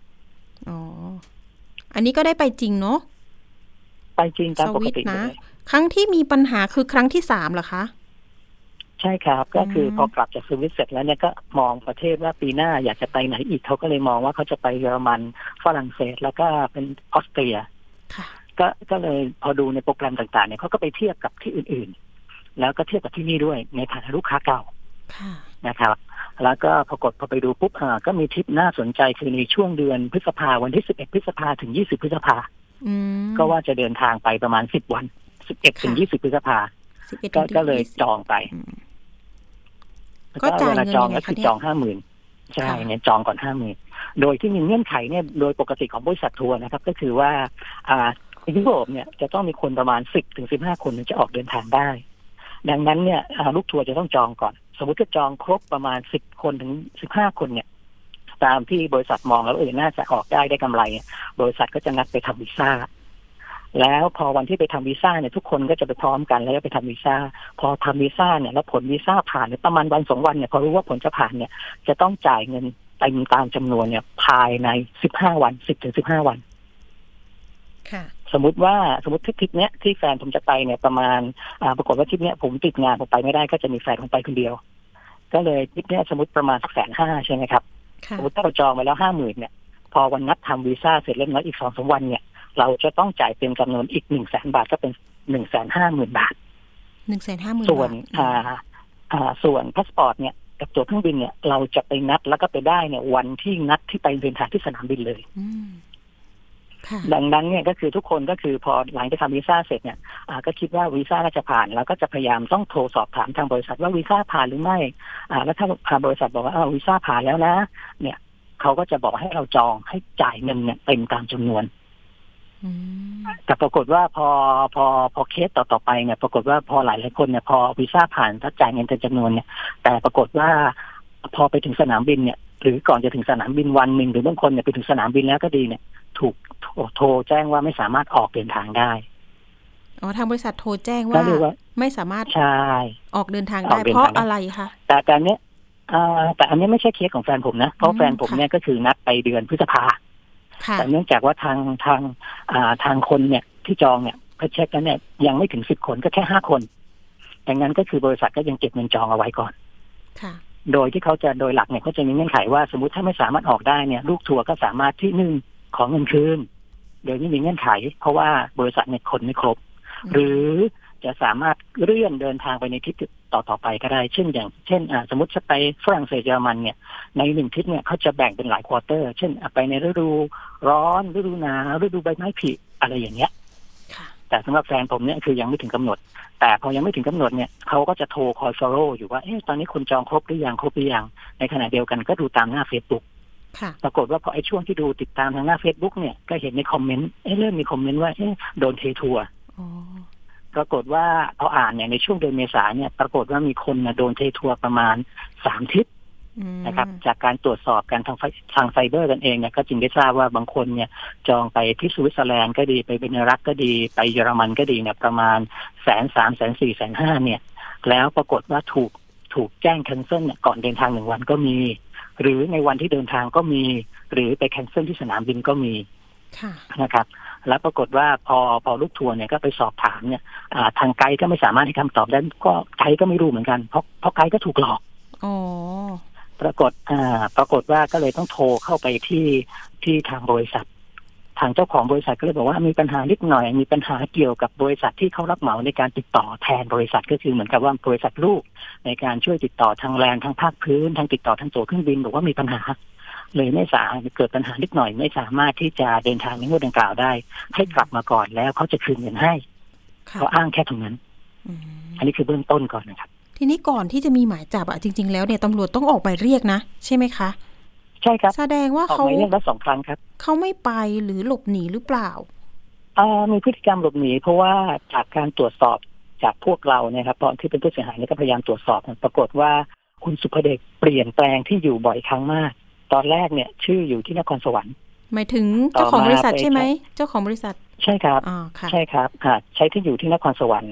Speaker 4: 65
Speaker 2: อ๋ออันนี้ก็ได้ไปจริงเนาะ
Speaker 4: ไปจริงตามปกติ
Speaker 2: นะครั้งที่มีปัญหาคือครั้งที่3เหรอคะ
Speaker 4: ใช่ครับก็คือพอกลับจากสวิตเสร็จแล้วเนี่ยก็มองประเทศว่าปีหน้าอยากจะไปไหนอีกเขาก็เลยมองว่าเขาจะไปเยอรมันฝรั่งเศสแล้วก็เป็นออสเตรียก็เลยพอดูในโปรแกรมต่างๆเนี่ยเขาก็ไปเทียบกับที่อื่นๆแล้วก็เทียบกับที่นี่ด้วยในฐานะลูกค้าเก่านะครับแล้วก็ปรากฏพอไปดูปุ๊บก็มีทริปน่าสนใจคือในช่วงเดือนพฤษภาวันที่11พฤษภาถึง20พฤษภาก็ว่าจะเดินทางไปประมาณ10วัน11ถึง20พฤษภาก็เลยจองไป
Speaker 2: ก็จ่ายเงิน
Speaker 4: จองก็คือจอง 50,000 ใช่เนี่ยจองก่อน 50,000 โดยที่มีเงื่อนไขเนี่ยโดยปกติของบริษัททัวร์นะครับก็คือว่ายุโรปเนี่ยจะต้องมีคนประมาณ10ถึง15คนถึงจะออกเดินทางได้ดังนั้นเนี่ยลูกทัวร์จะต้องจองก่อนสมมุติจะจองครบประมาณ10คนถึง15คนเนี่ยตามที่บริษัทมองแล้วน่าจะออกได้กำไรบริษัทก็จะนัดไปทำวีซ่าแล้วพอวันที่ไปทำวีซ่าเนี่ยทุกคนก็จะไปพร้อมกันแล้วก็ไปทำวีซ่าพอทำวีซ่าเนี่ยแล้วผลวีซ่าผ่านประมาณวัน2วันเนี่ยพอรู้ว่าผลจะผ่านเนี่ยจะต้องจ่ายเงินเต็มตามจำนวนเนี่ยภายใน15วัน10ถึง15วันสมมุติทริปเนี้ยที่แฟนผมจะไปเนี่ยประมาณปรากฏว่าทริปเนี้ยผมติดงานผมไปไม่ได้ก็จะมีแฟนผมไปคนเดียวก็เลยทริปเนี้ยสมมติประมาณ150,000ใช่ไหมครับสมมติถ้าเราจองไปแล้ว 50,000 เนี่ยพอวันนัดทำวีซ่าเสร็จเรียบร้อยอีก 2-3 วันเนี่ยเราจะต้องจ่ายเป็นจำนวนอีก 100,000 บาทก็เป็น 150,000 บาท
Speaker 2: 150,000
Speaker 4: ส่วนส่วนพาสปอร์ตเนี่ยกับตั๋วเครื่องบินเนี่ยเราจะไปนัดแล้วก็ไปได้เนี่ยวันที่นัดที่ไปเดินทางที่สนามบินเลยดังนั้นเนี่ยก็คือทุกคนก็คือพอหลังจากทำวีซ่าเสร็จเนี่ยก็คิดว่าวีซ่าน่าจะผ่านแล้วก็จะพยายามต้องโทรสอบถามทางบริษัทว่าวีซ่าผ่านหรือไม่แล้วถ้าบริษัทบอกว่าวีซ่าผ่านแล้วนะเนี่ยเขาก็จะบอกให้เราจองให้จ่ายเงินเนี่ยเต็มตามจำนวนแต่ปรากฏว่าพอเคสต่อไปเนี่ยปรากฏว่าพอหลายคนเนี่ยพอวีซ่าผ่านถ้าจ่ายเงินเต็มจำนวนเนี่ยแต่ปรากฏว่าพอไปถึงสนามบินเนี่ยหรือก่อนจะถึงสนามบินวันหนึ่งหรือบางคนเนี่ยไปถึงสนามบินแล้วก็ดีเนี่ยถูกโทรแจ้งว่าไม่สามารถออกเดินทางได้
Speaker 2: ทางบริษัทโทรแจ้งว่าไม่สามารถออกเดินทางได้เพราะอะไรคะ
Speaker 4: แต่อันนี้ไม่ใช่เคสของแฟนผมนะเพราะแฟนผมเนี่ยก็คือนัดไปเดือนพฤษภาแต่เนื่องจากว่าทางคนเนี่ยที่จองเนี่ยเขาเช็คแล้วเนี่ยยังไม่ถึง10 คนก็แค่5 คนดังนั้นก็คือบริษัทก็ยังเก็บเงินจองเอาไว้ก่อนโดยที่เขาจะโดยหลักเนี่ยเขาจะมีเงื่อนไขว่าสมมุติถ้าไม่สามารถออกได้เนี่ยลูกทัวร์ก็สามารถที่1ขอเงินคืนโดยไม่มีเงื่อนไขเพราะว่าบริษัทเนี่ยคนไม่ครบหรือจะสามารถเลื่อนเดินทางไปในทริปต่อไปก็ได้เช่นสมมติจะไปฝรั่งเศสเยอรมันเนี่ยใน1ทริปเนี่ยเขาจะแบ่งเป็นหลายควอเตอร์เช่นไปในฤดูร้อนฤดูหนาวฤดูใบไม้ผลิอะไรอย่างเงี้ยแต่สำหรับแฟนผมเนี่ยคือยังไม่ถึงกำหนดแต่พอยังไม่ถึงกำหนดเนี่ยเขาก็จะโทรคอย follow อยู่ว่าตอนนี้คุณจองครบหรือยังในขณะเดียวกันก็ดูตามหน้า Facebook ปรากฏว่าพอช่วงที่ดูติดตามทางหน้า Facebook เนี่ยก็เห็นในคอมเมนต์เริ่มมีคอมเมนต์ว่าโดนเททัวร์ปรากฏว่าพออ่านเนี่ยในช่วงเดือนเมษายนเนี่ยปรากฏว่ามีคนโดนเททัวร์ประมาณ3 ทริปนะครับจากการตรวจสอบกันทางไซเบอร์กันเองเนี่ยก็จึงได้ทราบว่าบางคนเนี่ยจองไปที่สวิตเซอร์แลนด์ก็ดีไปเบเนรักก็ดีไปเยอรมันก็ดีเนี่ยประมาณ 130,000 140,000 150,000 เนี่ยแล้วปรากฏว่าถูกแจ้งแคนเซิลก่อนเดินทาง1 วันก็มีหรือในวันที่เดินทางก็มีหรือไปแคนเซิลที่สนามบินก็มีนะครับแล้วปรากฏว่าพอลูกทัวร์เนี่ยก็ไปสอบถามเนี่ยทางไกด์ก็ไม่สามารถให้คำตอบได้ก็ไกด์ก็ไม่รู้เหมือนกันเพราะไกด์ก็ถูกหลอกปรากฏว่าก็เลยต้องโทรเข้าไปที่ทางบริษัททางเจ้าของบริษัทก็เลยบอกว่ามีปัญหานิดหน่อยมีปัญหาเกี่ยวกับบริษัทที่เขารับเหมาในการติดต่อแทนบริษัทก็คือเหมือนกับว่าบริษัทลูกในการช่วยติดต่อทางแลนด์ทางภาคพื้นทางติดต่อทางตั๋วเครื่องบินบอกว่ามีปัญหาเลยไม่สามารถเกิดปัญหานิดหน่อยไม่สามารถที่จะเดินทางในงวดดังกล่าวได้ให้กลับมาก่อนแล้วเขาจะคืนเงินให้เขาอ้างแค่ตรงนั้นอันนี้คือเบื้องต้นก่อนนะครับ
Speaker 2: ทีนี้ก่อนที่จะมีหมายจับจริงๆแล้วเนี่ยตำรวจต้องออกหมายเรียกนะใช่ไหมคะ
Speaker 4: ใช่ครับ
Speaker 2: แสดงว่าเขา
Speaker 4: ออกหมายเรียกแล้ว2 ครั้งครับ
Speaker 2: เขาไม่ไปหรือหลบหนีหรือเปล่า
Speaker 4: มีพฤติกรรมหลบหนีเพราะว่าจากการตรวจสอบจากพวกเราเนี่ยครับตอนที่เป็นผู้เสียหายเนี่ยก็พยายามตรวจสอบปรากฏว่าคุณสุภเดชเปลี่ยนแปลงที่อยู่บ่อยครั้งมากตอนแรกเนี่ยชื่ออยู่ที่นครสวรรค์
Speaker 2: หมายถึงเจ้าของบริษัทใช่ไหมเจ้าของบริษัท
Speaker 4: ใช่ครับใช่ครับใช้ที่อยู่ที่นครสวรรค์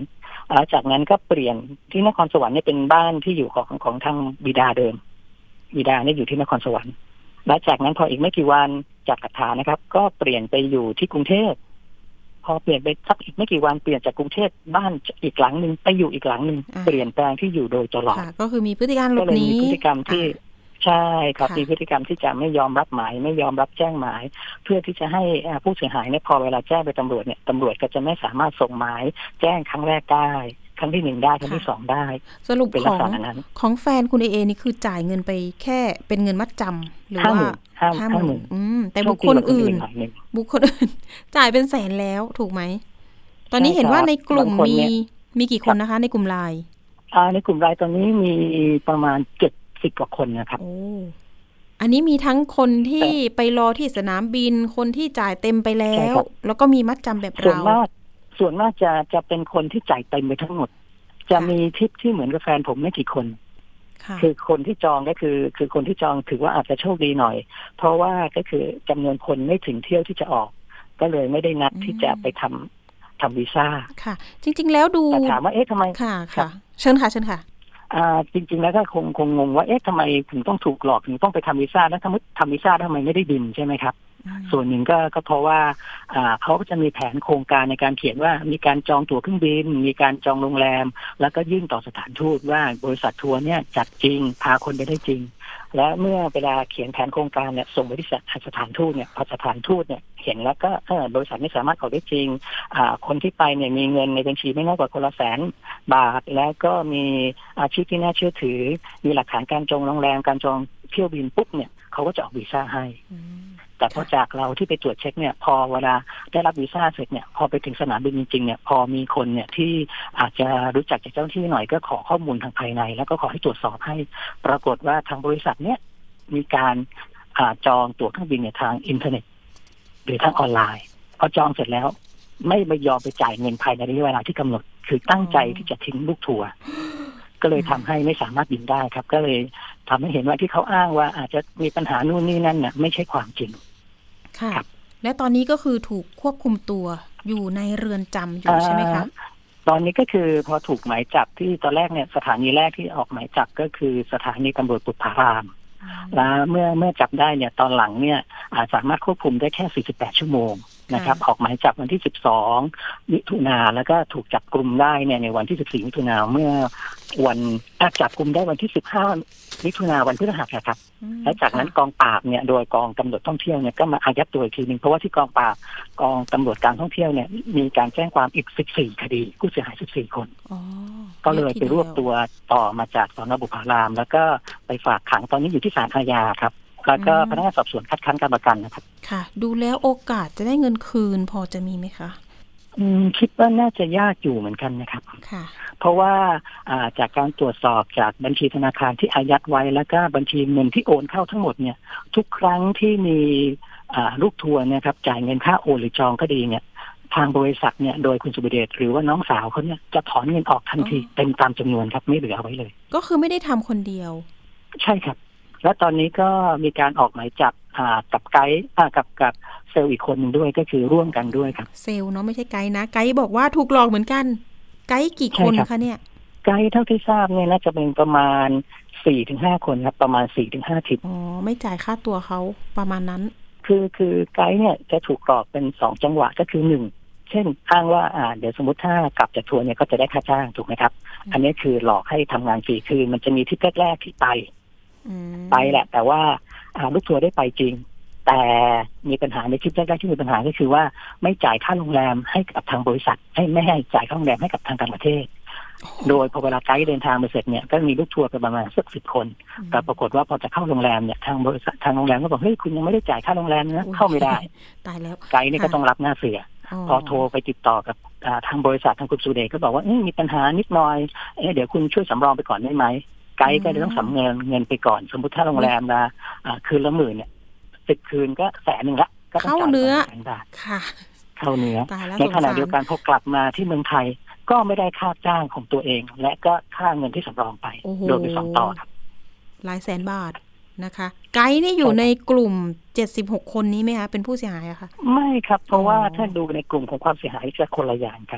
Speaker 4: จากนั้นก็เปลี่ยนที่นครสวรรค์เนี่ยเป็นบ้านที่อยู่ของทางบิดาเดิมบิดาเนี่ยอยู่ที่นครสวรรค์และจากนั้นพออีกไม่กี่วันจากกัตถานะครับก็เปลี่ยนไปอยู่ที่กรุงเทพพอเปลี่ยนไปสักอีกไม่กี่วันเปลี่ยนจากกรุงเทพบ้านอีกหลังนึงไปอยู่อีกหลังนึงเปลี่ยนแปลงที่อยู่โดยตลอด
Speaker 2: ก็คือมีพฤติการหลบหนี
Speaker 4: ก็เลยมีพฤติกรรมที่ใช่ครับมีพฤติกรรมที่จะไม่ยอมรับหมายไม่ยอมรับแจ้งหมายเพื่อที่จะให้ผู้เสียหายเนี่ยพอเวลาแจ้งไปตำรวจเนี่ยตำรวจก็จะไม่สามารถส่งหมายแจ้งครั้งแรกได้ครั้งที่1ได้ครั้งที่2ได้
Speaker 2: สรุปของแฟนคุณเอนี่คือจ่ายเงินไปแค่เป็นเงินมัดจำหรือว่า50,000แต่บุคคลอื่นจ่ายเป็นแสนแล้วถูกไหมตอนนี้เห็นว่าในกลุ่มมีกี่คนนะคะในกลุ่มไลน์
Speaker 4: ในกลุ่มไลน์ตอนนี้มีประมาณ70กว่าคนนะครับ
Speaker 2: อันนี้มีทั้งคนที่ไปรอที่สนามบินคนที่จ่ายเต็มไปแล้วแล้วก็มีมัดจำแบบเรา
Speaker 4: ส่วนมากจะเป็นคนที่จ่ายเต็มไปทั้งหมดจะมีทิปที่เหมือนกับแฟนผมไม่กี่คนคือคนที่จองก็คือคนที่จองถือว่าอาจจะโชคดีหน่อยเพราะว่าก็คือจำนวนคนไม่ถึงเที่ยวที่จะออกก็เลยไม่ได้นัดที่จะไปทำวีซ่า
Speaker 2: ค่ะจริงๆแล้วดู
Speaker 4: แต่ถามว่าทำไม
Speaker 2: ค่ะเชิญค่ะ
Speaker 4: จริงๆแล้วก็คงงงว่าทำไมถึงต้องถูกหลอกถึงต้องไปทำวีซ่าแล้วทำวีซ่าทำไมไม่ได้บินใช่ไหมครับส่วนหนึ่งก็เพราะว่าเขาก็จะมีแผนโครงการในการเขียนว่ามีการจองตั๋วเครื่องบินมีการจองโรงแรมแล้วก็ยื่นต่อสถานทูตว่าบริษัททัวร์เนี่ยจัดจริงพาคนไปได้จริงและเมื่อเวลาเขียนแผนโครงการเนี่ยส่งไปที่สถานทูตเนี่ยพอสถานทูตเนี่ยเห็นแล้วก็บริษัทไม่สามารถออกได้จริงคนที่ไปเนี่ยมีเงินในบัญชีไม่น้อยกว่าคนละ100,000 บาทแล้วก็มีอาชีพที่น่าเชื่อถือมีหลักฐานการจองโรงแรมการจองเที่ยวบินปุ๊บเนี่ยเขาก็จะออกวีซ่าให้แต่พอจากเราที่ไปตรวจเช็คเนี่ยพอเวลาได้รับวีซ่าเสร็จเนี่ยพอไปถึงสนามบินจริงๆเนี่ยพอมีคนเนี่ยที่อาจจะรู้จักจากเจ้าหน้าที่หน่อยก็ขอข้อมูลทางภายในแล้วก็ขอให้ตรวจสอบให้ปรากฏว่าทางบริษัทเนี่ยมีการจองตั๋วเครื่องบินเนี่ยทางอินเทอร์เน็ตหรือทางออนไลน์พอจองเสร็จแล้วไม่ยอมไปจ่ายเงินภายในระยะเวลาที่กำหนดคือตั้งใจที่จะทิ้งลูกทัวร์ก็เลยทำให้ไม่สามารถบินได้ครับก็เลยทำให้เห็นว่าที่เขาอ้างว่าอาจจะมีปัญหานู่นนี่นั่นเนี่ยไม่ใช่ความจริง
Speaker 2: ค่ะและตอนนี้ก็คือถูกควบคุมตัวอยู่ในเรือนจำอยู่ใช่ไหมคะ
Speaker 4: ตอนนี้ก็คือพอถูกหมายจับที่ตอนแรกเนี่ยสถานีแรกที่ออกหมายจับก็คือสถานีตำรวจปุถารามแล้วเมื่อจับได้เนี่ยตอนหลังเนี่ยสามารถควบคุมได้แค่48ชั่วโมงนะครับออกหมายจับวันที่12มิถุนายนแล้วก็ถูกจับกุมได้เนี่ยในวันที่14มิถุนายนเมื่อวันจับกุมได้วันที่15มิถุนายนวันพฤหัสครับและจากนั้นกองปราบเนี่ยโดยกองตำรวจท่องเที่ยวเนี่ยก็มาอายัดตัวอีกทีนึงเพราะว่าที่กองปราบกองตำรวจการท่องเที่ยวเนี่ยมีการแจ้งความอีก14คดีผู้เสียหาย14คนก็เลยไปรวบตัวต่อมาจากสน.บุพารามแล้วก็ไปฝากขังตอนนี้อยู่ที่ศาลอาญาครับแล้วก็พนักงานสอบสวนคัดค้านการประกันนะครับ
Speaker 2: ค่ะดูแล้วโอกาสจะได้เงินคืนพอจะมีไหมคะ
Speaker 4: คิดว่าน่าจะยากอยู่เหมือนกันนะครับ
Speaker 2: ค่ะ
Speaker 4: เพราะว่าจากการตรวจสอบจากบัญชีธนาคารที่อายัดไว้แล้วก็บัญชีเงินที่โอนเข้าทั้งหมดเนี่ยทุกครั้งที่มีลูกทัวร์เนี่ยครับจ่ายเงินค่าโอนหรือจองก็ดีเนี่ยทางบริษัทเนี่ยโดยคุณสุบิเดชหรือว่าน้องสาวเขาเนี่ยจะถอนเงินออกทันทีเต็มตามจำนวนครับไม่เหลือไว้เลย
Speaker 2: ก็คือไม่ได้ทำคนเดียว
Speaker 4: ใช่ครับและตอนนี้ก็มีการออกหมายจับกับไกด์กับเซลล์อีกคนนึงด้วยก็คือร่วมกันด้วยครับ
Speaker 2: เซลล์เนาะไม่ใช่ไกด์นะไกด์บอกว่าถูกหลอกเหมือนกันไกด์กี่คนคะเนี่ย
Speaker 4: ไกด์เท่าที่ทราบเนี่ยน่าจะเป็นประมาณ 4-5 คนครับประมาณ 4-5 ทริป
Speaker 2: ไม่จ่ายค่าตัวเขาประมาณนั้น
Speaker 4: คือไกด์เนี่ยจะถูกหลอกเป็น2จังหวะก็คือ1เช่นอ้างว่าเดี๋ยวสมมติถ้ากลับจากทัวร์เนี่ยก็จะได้ค่าจ้างถูกไหมครับอันนี้คือหลอกให้ทำงานฟรีคือมันจะมีทริปแรกๆที่ไปแหละแต่ว่าลูกทัวร์ได้ไปจริงแต่มีปัญหาในทริปแรกๆที่มีปัญหาก็คือว่าไม่จ่ายค่าโรงแรมให้กับทางบริษัทไม่ให้จ่ายค่าโรงแรมให้กับทางต่างประเทศโดยพอเวลาไกด์เดินทางไปเสร็จเนี่ยก็มีลูกทัวร์ประมาณสัก10 คนแต่ปรากฏว่าพอจะเข้าโรงแรมเนี่ยทางบริษัททางโรงแรมก็บอกเฮ้ยคุณยังไม่ได้จ่ายค่าโรงแรมนะเข้าไม่ได้
Speaker 2: ตายแล้ว
Speaker 4: ไกด์นี่ก็ต้องรับหน้าเสียพอโทรไปติดต่อกับทางบริษัททางคุณสุเดชก็บอกว่ามีปัญหานิดหน่อยเดี๋ยวคุณช่วยสำรองไปก่อนได้ไหมไกด์ก็จะต้องสำเงินไปก่อนสมมติถ้าโรงแรมนะคืนละ10,000เนี่ย10 คืนก็100,000ละก็ต้องจ่าย100,000
Speaker 2: ค่ะ
Speaker 4: เข้าเนื้อในขณะเดียวกันพอกลับมาที่เมืองไทยก็ไม่ได้ค่าจ้างของตัวเองและก็ค่าเงินที่สำรองไปโดนไป2 ต่อครับ
Speaker 2: หลายแสนบาทนะคะไกด์นี่อยู่ในกลุ่ม76คนนี้ไหมคะเป็นผู้เสียหายอะคะ
Speaker 4: ไม่ครับเพราะว่าถ้าดูในกลุ่มของความเสียหายจะคนละอย่างกัน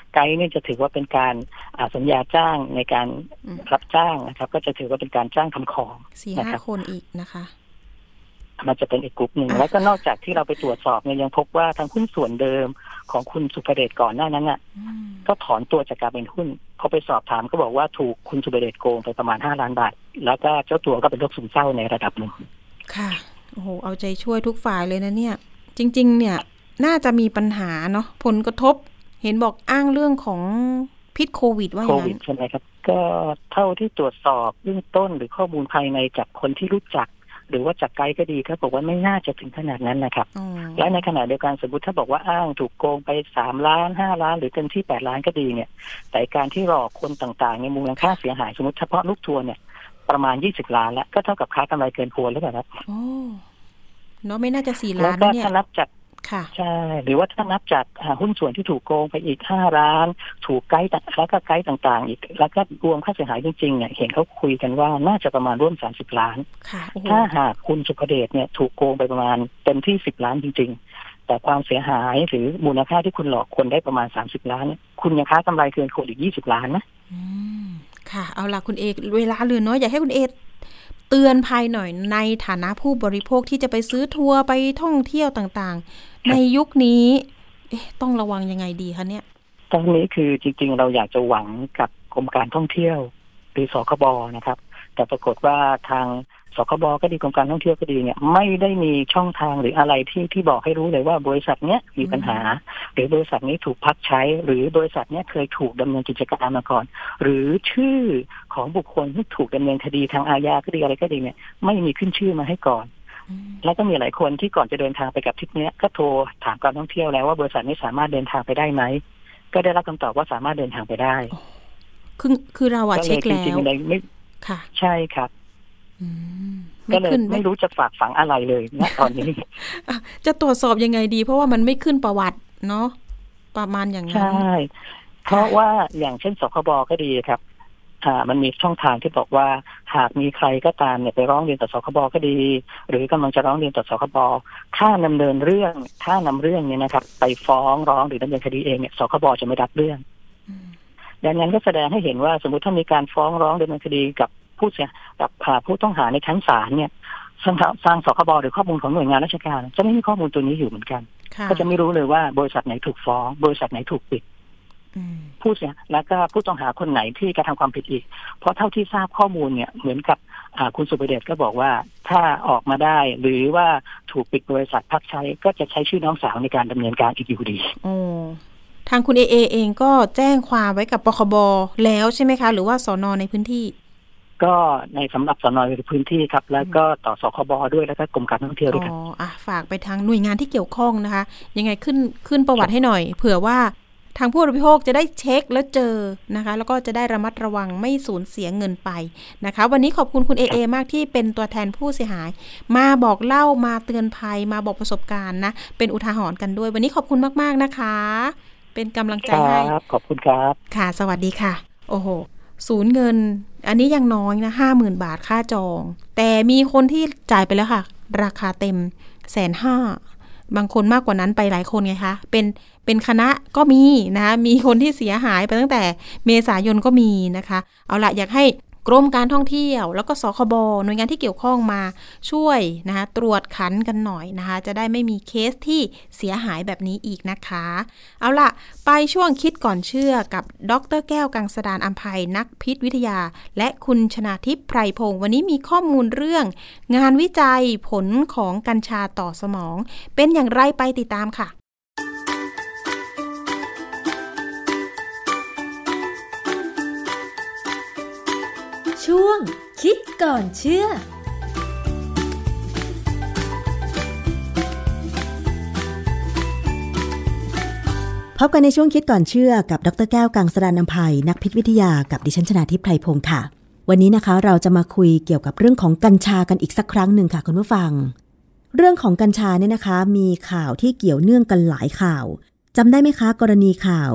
Speaker 4: ไกด์เนี่ยจะถือว่าเป็นการสัญญาจ้างในการรับจ้างนะครับก็จะถือว่าเป็นการจ้างทำของ
Speaker 2: 4-5 คนอีกนะคะ
Speaker 4: มันจะเป็นอีกกลุ่มหนึ่งแล้วก็นอกจากที่เราไปตรวจสอบเนี่ยยังพบว่าทางหุ้นส่วนเดิมของคุณสุภเดชก่อนหน้านั้นน่ะก็ถอนตัวจากการเป็นหุ้นเขาไปสอบถามก็บอกว่าถูกคุณสุภเดชโกงไปประมาณ5 ล้านบาทแล้วก็เจ้าตัวก็เป็นโรคซึมเศร้าในระดับหนึ่ง
Speaker 2: ค่ะโอ้โหเอาใจช่วยทุกฝ่ายเลยนะเนี่ยจริงๆเนี่ยน่าจะมีปัญหาเนาะผลกระทบเห็นบอกอ้างเรื่องของพิษโควิดว่าอย่างนั้น
Speaker 4: ใช่ไหมครับก็เท่าที่ตรวจสอบเบื้องต้นหรือข้อมูลภายในจากคนที่รู้จักหรือว่าจากไกด์ก็ดีเขาบอกว่าไม่น่าจะถึงขนาดนั้นนะครับและในขณะเดียวกันสมมติถ้าบอกว่าอ้างถูกโกงไป3 ล้าน5 ล้านหรือเต็มที่8 ล้านก็ดีเนี่ยแต่การที่หลอกคนต่างๆในมูลค่าเสียหายสมมติเฉพาะลูกทัวร์เนี่ยประมาณ20 ล้านแล้วก็เท่ากับค้ากำไรเกินควรแล้วครับ
Speaker 2: โอ้เนาะไม่น่าจะ4 ล้าน
Speaker 4: เนี่ยถ้านับจากใช่หรือว่าถ้านับจากหุ้นส่วนที่ถูกโกงไปอีก5 ล้านถูกไกด์แล้วก็ไกด์ต่างๆอีกแล้วก็รวมค่าเสียหายจริงๆเนี่ยเห็นเขาคุยกันว่าน่าจะประมาณร่วม30 ล้านถ้าหากคุณสุภเดชเนี่ยถูกโกงไปประมาณเต็มที่10 ล้านจริงๆแต่ความเสียหายหรือมูลค่าที่คุณหลอกคนได้ประมาณ30 ล้านคุณยังค้ากำไรเกินควรอีก20 ล้านนะ
Speaker 2: ค่ะเอาล่ะคุณเอกเวลาเหลือน้อยอยากให้คุณเอกเตือนภัยหน่อยในฐานะผู้บริโภคที่จะไปซื้อทัวร์ไปท่องเที่ยวต่างๆในยุคนี้ต้องระวังยังไงดีคะเนี่ย
Speaker 4: ตอนนี้คือจริงๆเราอยากจะหวังกับกรมการท่องเที่ยวหรือสคบนะครับแต่ปรากฏว่าทางสคบก็ดีกรมการท่องเที่ยวก็ดีเนี่ยไม่ได้มีช่องทางหรืออะไรที่บอกให้รู้เลยว่าบริษัทเนี้ยมีปัญหาหรือบริษัทนี้ถูกพักใช้หรือบริษัทเนี้ยเคยถูกดำเนินกิจการมาก่อนหรือชื่อของบุคคลที่ถูกดำเนินคดีทางอาญาก็ดีอะไรก็ดีเนี่ยไม่มีขึ้นชื่อมาให้ก่อนแล้วก็มีหลายคนที่ก่อนจะเดินทางไปกับทริปนี้ก็โทรถามการท่องเที่ยวแล้วว่าบริษัทนี้สามารถเดินทางไปได้ไหมก็ได้รับคำตอบว่าสามารถเดินทางไปได้
Speaker 2: คือเราเช็คแล้ว
Speaker 4: ค่ะใช่ครับก็เลยไม่รู้จะฝากฝังอะไรเลยนะตอนนี้
Speaker 2: จะตรวจสอบยังไงดีเพราะว่ามันไม่ขึ้นประวัติเนาะประมาณอย่างนั้น
Speaker 4: ใช่เพราะว่าอย่างเช่นสคบก็ดีครับมันมีช่องทางที่บอกว่าหากมีใครก็ตามเนี่ยไปร้องเรียนต่อสคบก็ดีหรือกำลังจะร้องเรียนต่อสคบถ้านำเรื่องเนี่ยนะครับไปฟ้องร้องหรือดำเนินคดีเองเนี่ยสคบจะไม่รับเรื่องดังนั้นก็แสดงให้เห็นว่าสมมุติถ้ามีการฟ้องร้องดำเนินคดีกับผู้ต้องหาในชั้นศาลเนี่ยสร้างสคบหรือข้อมูลของหน่วยงานราชการจะไม่มีข้อมูลตัวนี้อยู่เหมือนกันก็จะไม่รู้เลยว่าบริษัทไหนถูกฟ้องบริษัทไหนถูกปิดผู้เสียแล้วก็ผู้ต้องหาคนไหนที่กระทำความผิดอีกเพราะเท่าที่ทราบข้อมูลเนี่ยเหมือนกับคุณสุภเดชก็บอกว่าถ้าออกมาได้หรือว่าถูกปิดบริษัทพักใช้ก็จะใช้ชื่อน้องสาวในการดำเนินการอีกอยู่ดี
Speaker 2: ทางคุณเองก็แจ้งความไว้กับปคบแล้วใช่ไหมคะหรือว่าสน.ในพื้นที่
Speaker 4: ก็ในสำหรับสน.ในพื้นที่ครับแล้วก็ต่อสคบด้วยแล้วก็กรมการท่องเที่ยวด้วยครับ
Speaker 2: ฝากไปทางหน่วยงานที่เกี่ยวข้องนะคะยังไงขึ้นประวัติให้หน่อยเผื่อว่าทางผู้บริโภคจะได้เช็คแล้วเจอนะคะแล้วก็จะได้ระมัดระวังไม่สูญเสียเงินไปนะคะวันนี้ขอบคุณคุณมากที่เป็นตัวแทนผู้เสียหายมาบอกเล่ามาเตือนภัยมาบอกประสบการณ์นะเป็นอุทาหรณ์กันด้วยวันนี้ขอบคุณมากๆนะคะเป็นกำลังใจให้
Speaker 4: ขอบคุณครับ
Speaker 2: ค่ะสวัสดีค่ะโอ้โหสูญเงินอันนี้ยังน้อยนะ 50,000 บาทค่าจองแต่มีคนที่จ่ายไปแล้วค่ะราคาเต็ม 150,000 บางคนมากกว่านั้นไปหลายคนไงคะเป็นคณะก็มีนะคะมีคนที่เสียหายไปตั้งแต่เมษายนก็มีนะคะเอาละอยากให้กรมการท่องเที่ยวแล้วก็สคบหน่วยงานที่เกี่ยวข้องมาช่วยนะคะตรวจคันกันหน่อยนะคะจะได้ไม่มีเคสที่เสียหายแบบนี้อีกนะคะเอาล่ะไปช่วงคิดก่อนเชื่อกับดร.แก้วกังสดาลอำไพนักพิษวิทยาและคุณชนาทิพย์ไพรพงศ์วันนี้มีข้อมูลเรื่องงานวิจัยผลของกัญชาต่อสมองเป็นอย่างไรไปติดตามค่ะ
Speaker 1: ช่วงคิดก่อนเชื่อ
Speaker 5: พบกันในช่วงคิดก่อนเชื่อกับดร.แก้วกังสดาลอำไพนักพิษวิทยากับดิฉันชนาทิพย์ไพรพงศ์ค่ะวันนี้นะคะเราจะมาคุยเกี่ยวกับเรื่องของกัญชากันอีกสักครั้งหนึ่งค่ะคุณผู้ฟังเรื่องของกัญชาเนี่ยนะคะมีข่าวที่เกี่ยวเนื่องกันหลายข่าวจำได้ไหมคะกรณีข่าว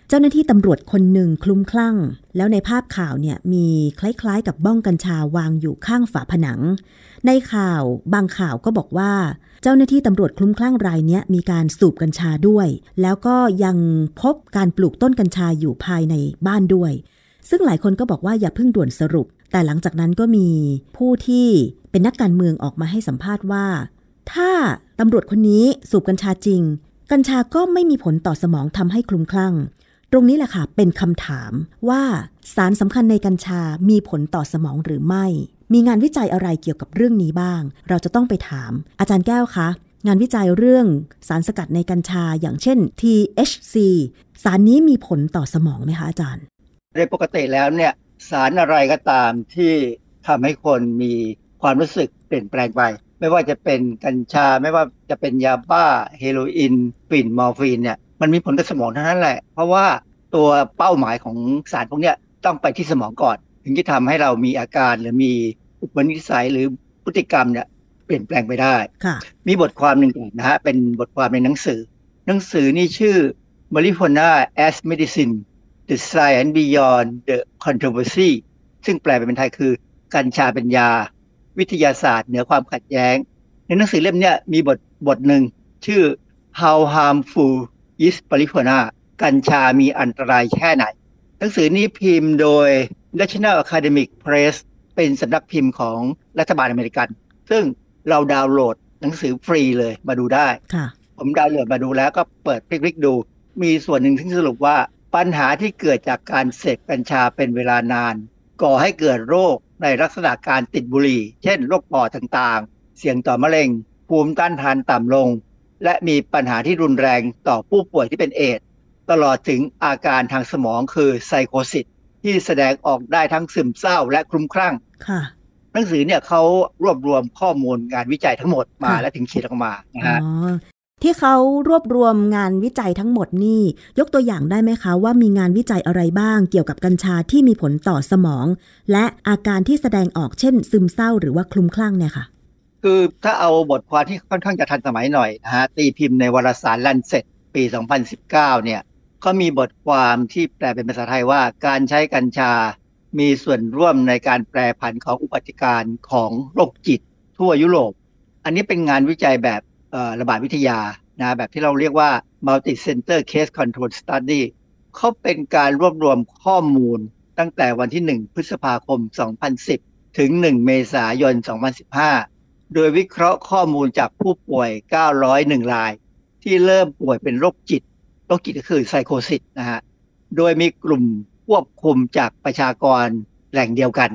Speaker 5: เจ้าหน้าที่ตำรวจคนหนึ่งคลุ้มคลั่งแล้วในภาพข่าวเนี่ยมีคล้ายๆกับบ้องกัญชาวางอยู่ข้างฝาผนังในข่าวบางข่าวก็บอกว่าเจ้าหน้าที่ตำรวจคลุ้มคลั่งรายนี้มีการสูบกัญชาด้วยแล้วก็ยังพบการปลูกต้นกัญชาอยู่ภายในบ้านด้วยซึ่งหลายคนก็บอกว่าอย่าเพิ่งด่วนสรุปแต่หลังจากนั้นก็มีผู้ที่เป็นนักการเมืองออกมาให้สัมภาษณ์ว่าถ้าตำรวจคนนี้สูบกัญชาจริงกัญชาก็ไม่มีผลต่อสมองทำให้คลุ้มคลั่งตรงนี้แหละค่ะเป็นคำถามว่าสารสำคัญในกัญชามีผลต่อสมองหรือไม่มีงานวิจัยอะไรเกี่ยวกับเรื่องนี้บ้างเราจะต้องไปถามอาจารย์แก้วคะงานวิจัยเรื่องสารสกัดในกัญชาอย่างเช่น THC สารนี้มีผลต่อสมองไหมคะอาจารย์
Speaker 6: โดยปกติแล้วเนี่ยสารอะไรก็ตามที่ทำให้คนมีความรู้สึกเปลี่ยนแปลงไปไม่ว่าจะเป็นกัญชาไม่ว่าจะเป็นยาบ้าเฮโรอีนฝิ่นมอร์ฟีนเนี่ยมันมีผลกับสมองทั้งนั้นแหละเพราะว่าตัวเป้าหมายของสารพวกนี้ต้องไปที่สมองก่อนถึงจะทำให้เรามีอาการหรือมีอุปนิสัยหรือพฤติกรรมเนี่ยเปลี่ยนแปลงไปได้มีบทความหนึ่งนะฮะเป็นบทความในหนังสือนี่ชื่อ Marijuana as Medicine The Science Beyond the Controversy ซึ่งแปลเป็นไทยคือกัญชาเป็นยาวิทยาศาสตร์เหนือความขัดแย้งในหนังสือเล่มนี้มีบทหนึ่งชื่อ How Harmful is Marijuana กัญชามีอันตรายแค่ไหนหนังสือนี้พิมพ์โดย National Academic Press เป็นสำนักพิมพ์ของรัฐบาลอเมริกันซึ่งเราดาวน์โหลดหนังสือฟรีเลยมาดูได้ผมดาวน์โหลดมาดูแล้วก็เปิดคลิกดูมีส่วนหนึ่งที่สรุปว่าปัญหาที่เกิดจากการเสพกัญชาเป็นเวลานานก่อให้เกิดโรคในลักษณะการติดบุหรี่เช่นโรคปอดต่างๆเสี่ยงต่อมะเร็งภูมิต้านทานต่ำลงและมีปัญหาที่รุนแรงต่อผู้ป่วยที่เป็นเอดส์ตลอดถึงอาการทางสมองคือไซโคซิสที่แสดงออกได้ทั้งซึมเศร้าและคลุ้มคลั่งหนังสือเนี่ยเขารวบรวมข้อมูลงานวิจัยทั้งหมดมาและถึงเขียนออกมานะฮะ
Speaker 5: ที่เขารวบรวมงานวิจัยทั้งหมดนี่ยกตัวอย่างได้ไหมคะว่ามีงานวิจัยอะไรบ้างเกี่ยวกับกัญชาที่มีผลต่อสมองและอาการที่แสดงออกเช่นซึมเศร้าหรือว่าคลุ้มคลั่งเนี่ยค่ะ
Speaker 6: คือถ้าเอาบทความที่ค่อนข้างจะทันสมัยหน่อยนะฮะตีพิมพ์ในวารสาร Lancet ปี 2019 เนี่ยเขามีบทความที่แปลเป็นภาษาไทยว่าการใช้กัญชามีส่วนร่วมในการแปรผันของอุบัติการของโรคจิตทั่วยุโรปอันนี้เป็นงานวิจัยแบบระบาดวิทยานะแบบที่เราเรียกว่า Multi Center Case Control Study เขาเป็นการรวบรวมข้อมูลตั้งแต่วันที่1พฤษภาคม2010ถึง1เมษายน2015โดยวิเคราะห์ข้อมูลจากผู้ป่วย901รายที่เริ่มป่วยเป็นโรคจิตก็คือไซโคซิสนะฮะโดยมีกลุ่มควบคุมจากประชากรแหล่งเดียวกัน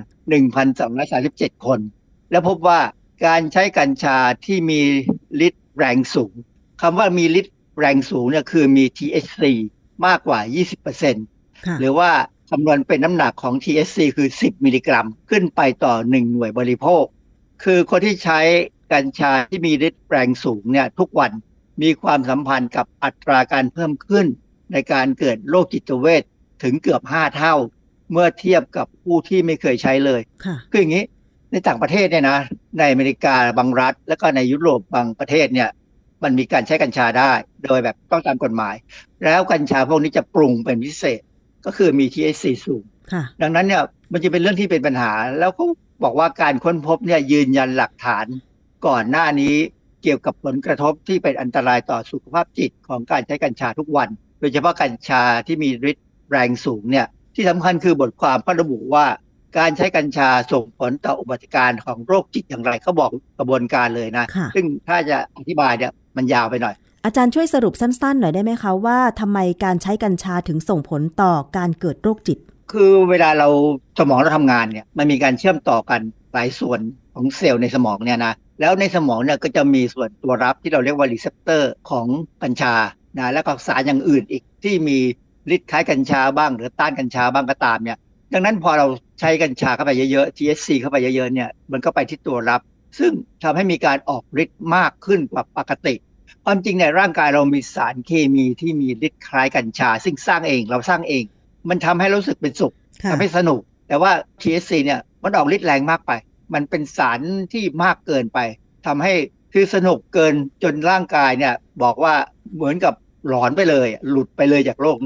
Speaker 6: 1,237 คนและพบว่าการใช้กัญชาที่มีฤทธิ์แรงสูงคำว่ามีฤทธิ์แรงสูงเนี่ยคือมี THC มากกว่า 20% หรือว่าคำนวณเป็นน้ำหนักของ THC คือ10มิลลิกรัมขึ้นไปต่อ1หน่วยบริโภคคือคนที่ใช้กัญชาที่มีฤทธิ์แรงสูงเนี่ยทุกวันมีความสัมพันธ์กับอัตราการเพิ่มขึ้นในการเกิดโรคจิตเวชถึงเกือบ5เท่าเมื่อเทียบกับผู้ที่ไม่เคยใช้เลยคืออย่างนี้ในต่างประเทศเนี่ยนะในอเมริกาบางรัฐแล้วก็ในยุโรปบางประเทศเนี่ยมันมีการใช้กัญชาได้โดยแบบต้องตามกฎหมายแล้วกัญชาพวกนี้จะปรุงเป็นพิเศษก็คือมี THC สูงดังนั้นเนี่ยมันจะเป็นเรื่องที่เป็นปัญหาแล้วเขาบอกว่าการค้นพบเนี่ยยืนยันหลักฐานก่อนหน้านี้เกี่ยวกับผลกระทบที่เป็นอันตรายต่อสุขภาพจิตของการใช้กัญชาทุกวันโดยเฉพาะกัญชาที่มีฤทธิ์แรงสูงเนี่ยที่สำคัญคือบทความเขาระบุว่าการใช้กัญชาส่งผลต่ออุบัติการของโรคจิตอย่างไรเขาบอกกระบวนการเลยนะซึ่งถ้าจะอธิบายเนี่ยมันยาวไปหน่อย
Speaker 5: อาจารย์ช่วยสรุปสั้นๆหน่อยได้ไหมคะว่าทำไมการใช้กัญชาถึงส่งผลต่อการเกิดโรคจิต
Speaker 6: คือเวลาเราสมองเราทำงานเนี่ยมันมีการเชื่อมต่อกันหลายส่วนของเซลล์ในสมองเนี่ยนะแล้วในสมองเนี่ยก็จะมีส่วนตัวรับที่เราเรียกว่ารีเซปเตอร์ของกัญชานะแล้วก็สารอย่างอื่นอีกที่มีฤทธิ์คล้ายกัญชาบ้างหรือต้านกัญชาบ้างก็ตามเนี่ยดังนั้นพอเราใช้กัญชาเข้าไปเยอะๆ THC เข้าไปเยอะๆเนี่ยมันก็ไปที่ตัวรับซึ่งทำให้มีการออกฤทธิ์มากขึ้นกว่าปกติความจริงในร่างกายเรามีสารเคมีที่มีฤทธิ์คล้ายกัญชาซึ่งเราสร้างเองมันทำให้รู้สึกเป็นสุขทำให้สนุกแต่ว่า THC เนี่ยมันออกฤทธิ์แรงมากไปมันเป็นสารที่มากเกินไปทำให้คือสนุกเกินจนร่างกายเนี่ยบอกว่าเหมือนกับหลอนไปเลยหลุดไปเลยจากโลกนี้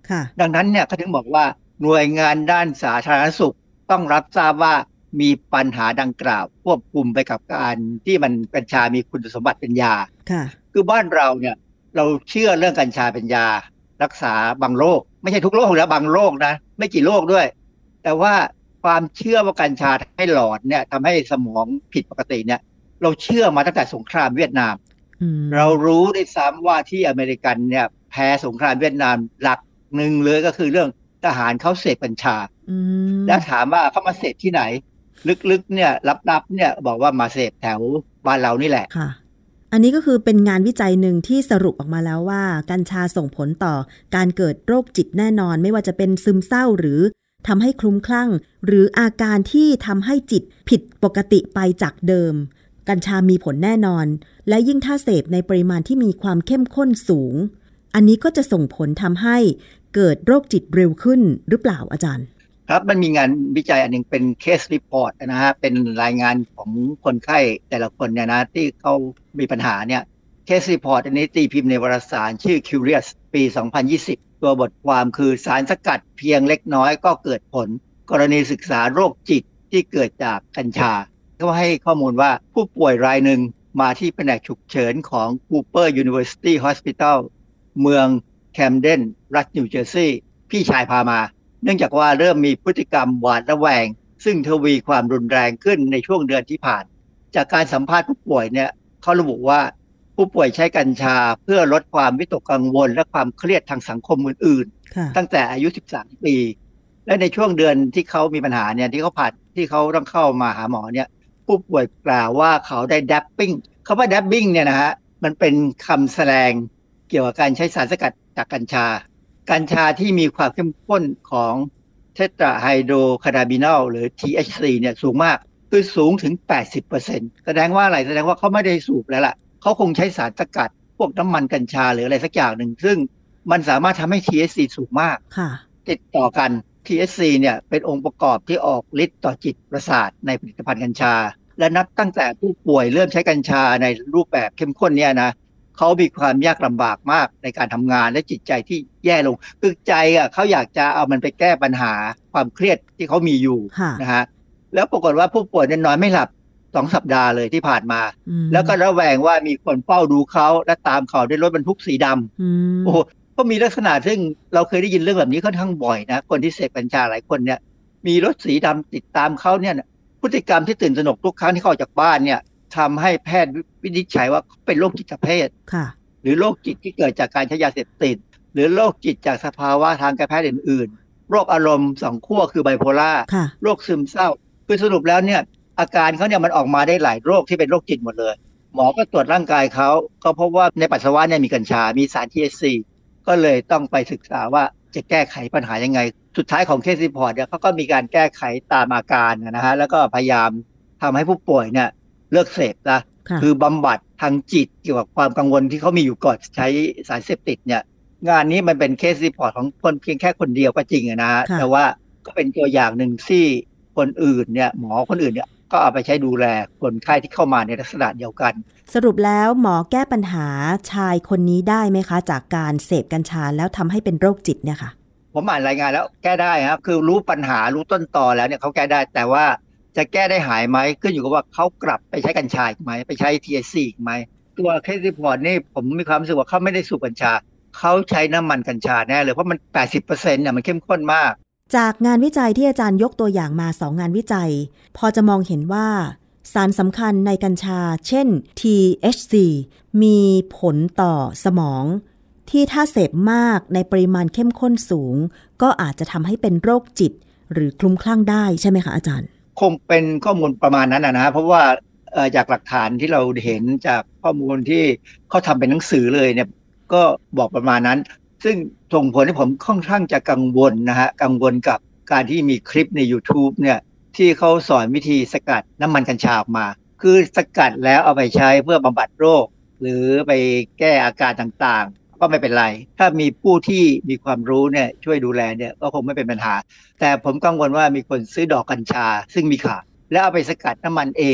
Speaker 6: ดังนั้นเนี่ยเขาถึงบอกว่าหน่วยงานด้านสาธารณสุขต้องรับทราบว่ามีปัญหาดังกล่าวควบคุมไปกับการที่มันกัญชามีคุณสมบัติเป็นยาคือบ้านเราเนี่ยเราเชื่อเรื่องกัญชาเป็นยารักษาบางโรคไม่ใช่ทุกโรคนะบางโรคนะไม่กี่โรคด้วยแต่ว่าความเชื่อว่ากัญชาให้หลอนเนี่ยทำให้สมองผิดปกติเนี่ยเราเชื่อมาตั้งแต่สงครามเวียดนามเรารู้ได้ซ้ำว่าที่อเมริกันเนี่ยแพ้สงครามเวียดนามหลักหนึ่งเลยก็คือเรื่องทหารเขาเสพกัญชาแล้วถามว่าเขามาเสพที่ไหนลึกๆเนี่ยลับๆเนี่ยบอกว่ามาเสพแถวบ้านเรานี่แหละ
Speaker 5: ค่ะอันนี้ก็คือเป็นงานวิจัยหนึ่งที่สรุปออกมาแล้วว่ากัญชาส่งผลต่อการเกิดโรคจิตแน่นอนไม่ว่าจะเป็นซึมเศร้าหรือทำให้คลุ้มคลั่งหรืออาการที่ทำให้จิตผิดปกติไปจากเดิมกัญชามีผลแน่นอนและยิ่งถ้าเสพในปริมาณที่มีความเข้มข้นสูงอันนี้ก็จะส่งผลทำให้เกิดโรคจิตเร็วขึ้นหรือเปล่าอาจารย์
Speaker 6: ครับมันมีงานวิจัยอันนึงเป็นเคสรีพอร์ตนะฮะเป็นรายงานของคนไข้แต่ละคนเนี่ยนะที่เขามีปัญหาเนี่ยเคสรีพอร์ตอันนี้ตีพิมพ์ในวารสารชื่อ Curious ปี 2020 ตัวบทความคือสารสกัดเพียงเล็กน้อยก็เกิดผลกรณีศึกษาโรคจิตที่เกิดจากกัญชาเขาให้ข้อมูลว่าผู้ป่วยรายหนึ่งมาที่แผนกฉุกเฉินของ Cooper University Hospital เมืองแคมเดนรัฐนิวเจอร์ซีย์พี่ชายพามาเนื่องจากว่าเริ่มมีพฤติกรรมหวาดระแวงซึ่งทวีความรุนแรงขึ้นในช่วงเดือนที่ผ่านจากการสัมภาษณ์ผู้ป่วยเนี่ยเขาระบุว่าผู้ป่วยใช้กัญชาเพื่อลดความวิตกกังวลและความเครียดทางสังคมอื่นๆตั้งแต่อายุ13 ปีและในช่วงเดือนที่เขามีปัญหาเนี่ยที่เขาต้องเข้ามาหาหมอเนี่ยผู้ป่วยกล่าวว่าเขาได้ดับบิ้งคำว่าดับบิ้งเนี่ยนะฮะมันเป็นคำแสดงเกี่ยวกับการใช้สารสกัดจากกัญชาที่มีความเข้มข้นของเทตราไฮโดรคานาบินอลหรือ THC เนี่ยสูงมากคือสูงถึง 80% แสดงว่าอะไรแสดงว่าเขาไม่ได้สูบแล้วล่ะเขาคงใช้สารสกัดพวกน้ำมันกัญชาหรืออะไรสักอย่างหนึ่งซึ่งมันสามารถทำให้ THC สูงมากติดต่อกัน THC เนี่ยเป็นองค์ประกอบที่ออกฤทธิ์ต่อจิตประสาทในผลิตภัณฑ์กัญชาและนับตั้งแต่ผู้ป่วยเริ่มใช้กัญชาในรูปแบบเข้มข้นเนี่ยนะเขามีความยากลำบากมากในการทำงานและจิตใจที่แย่ลงคือใจเขาอยากจะเอามันไปแก้ปัญหาความเครียดที่เขามีอยู่นะฮะแล้วปรากฏว่าผู้ป่วยนอนไม่หลับ2 สัปดาห์เลยที่ผ่านมาแล้วก็ระแวงว่ามีคนเฝ้าดูเขาและตามเขาด้วยรถบรรทุกสีดำโอ้ก็มีลักษณะซึ่งเราเคยได้ยินเรื่องแบบนี้ค่อนข้างบ่อยนะคนที่เสพกัญชาหลายคนเนี่ยมีรถสีดำติดตามเขาเนี่ยพฤติกรรมที่ตื่นตระหนกทุกครั้งที่เขาออกจากบ้านเนี่ยทำให้แพทย์วินิจฉัยว่าเป็นโรคจิตเภทหรือโรคจิตที่เกิดจากการใช้ยาเสพติดหรือโรคจิตจากสภาวะทางการแพทย์อื่นๆโรคอารมณ์2 ขั้วคือไบโพล่าโรคซึมเศร้าคือสรุปแล้วเนี่ยอาการเขาเนี่ยมันออกมาได้หลายโรคที่เป็นโรคจิตหมดเลยหมอก็ตรวจร่างกายเขาก็พบว่าในปัสสาวะเนี่ยมีกัญชามีสาร THC ก็เลยต้องไปศึกษาว่าจะแก้ไขปัญหายังไงสุดท้ายของเคสรีพอร์ตเนี่ยเขาก็มีการแก้ไขตามอาการนะฮะแล้วก็พยายามทำให้ผู้ป่วยเนี่ยเลิกเสพนะคือบำบัดทางจิตเกี่ยวกับความกังวลที่เขามีอยู่ก่อนใช้สารเสพติดเนี่ยงานนี้มันเป็นเคสรีพอร์ตของคนเพียงแค่คนเดียวก็จริงนะฮะแต่ว่าก็เป็นตัวอย่างหนึ่งที่คนอื่นเนี่ยหมอคนอื่นเนี่ยก็เอาไปใช้ดูแลคนไข้ที่เข้ามาในลักษณะเดียวกัน
Speaker 5: สรุปแล้วหมอแก้ปัญหาชายคนนี้ได้ไหมคะจากการเสพกัญชาแล้วทำให้เป็นโรคจิตเนี่ยค่ะ
Speaker 6: ผมอ่านรายงานแล้วแก้ได้ครับคือรู้ปัญหารู้ต้นตอแล้วเนี่ยเขาแก้ได้แต่ว่าจะแก้ได้หายไหมขึ้นอยู่กับว่าเขากลับไปใช้กัญชาอีกไหมไปใช้ THC อีกไหมตัวเคสรีพอร์ตนี่ผมมีความรู้สึกว่าเขาไม่ได้สูบกัญชาเขาใช้น้ำมันกัญชาแน่เลยเพราะมัน 80% เนี่ยมันเข้มข้นมาก
Speaker 5: จากงานวิจัยที่อาจารย์ยกตัวอย่างมา2 งานวิจัยพอจะมองเห็นว่าสารสำคัญในกัญชาเช่น THC มีผลต่อสมองที่ถ้าเสพมากในปริมาณเข้มข้นสูงก็อาจจะทำให้เป็นโรคจิตหรือคลุ้มคลั่งได้ใช่ไหมคะอาจารย์
Speaker 6: คงเป็นข้อมูลประมาณนั้นนะเพราะว่าจากหลักฐานที่เราเห็นจากข้อมูลที่เขาทำเป็นหนังสือเลยเนี่ยก็บอกประมาณนั้นซึ่งส่งผลให้ผมค่อนข้างจะกังวลนะฮะกังวลกับการที่มีคลิปใน YouTube เนี่ยที่เขาสอนวิธีสกัดน้ำมันกัญชาออกมาคือสกัดแล้วเอาไปใช้เพื่อบำบัดโรคหรือไปแก้อาการต่างๆก็ไม่เป็นไรถ้ามีผู้ที่มีความรู้เนี่ยช่วยดูแลเนี่ยก็คงไม่เป็นปัญหาแต่ผมกังวลว่ามีคนซื้อดอกกัญชาซึ่งมีขายแล้วเอาไปสกัดน้ำมันเอง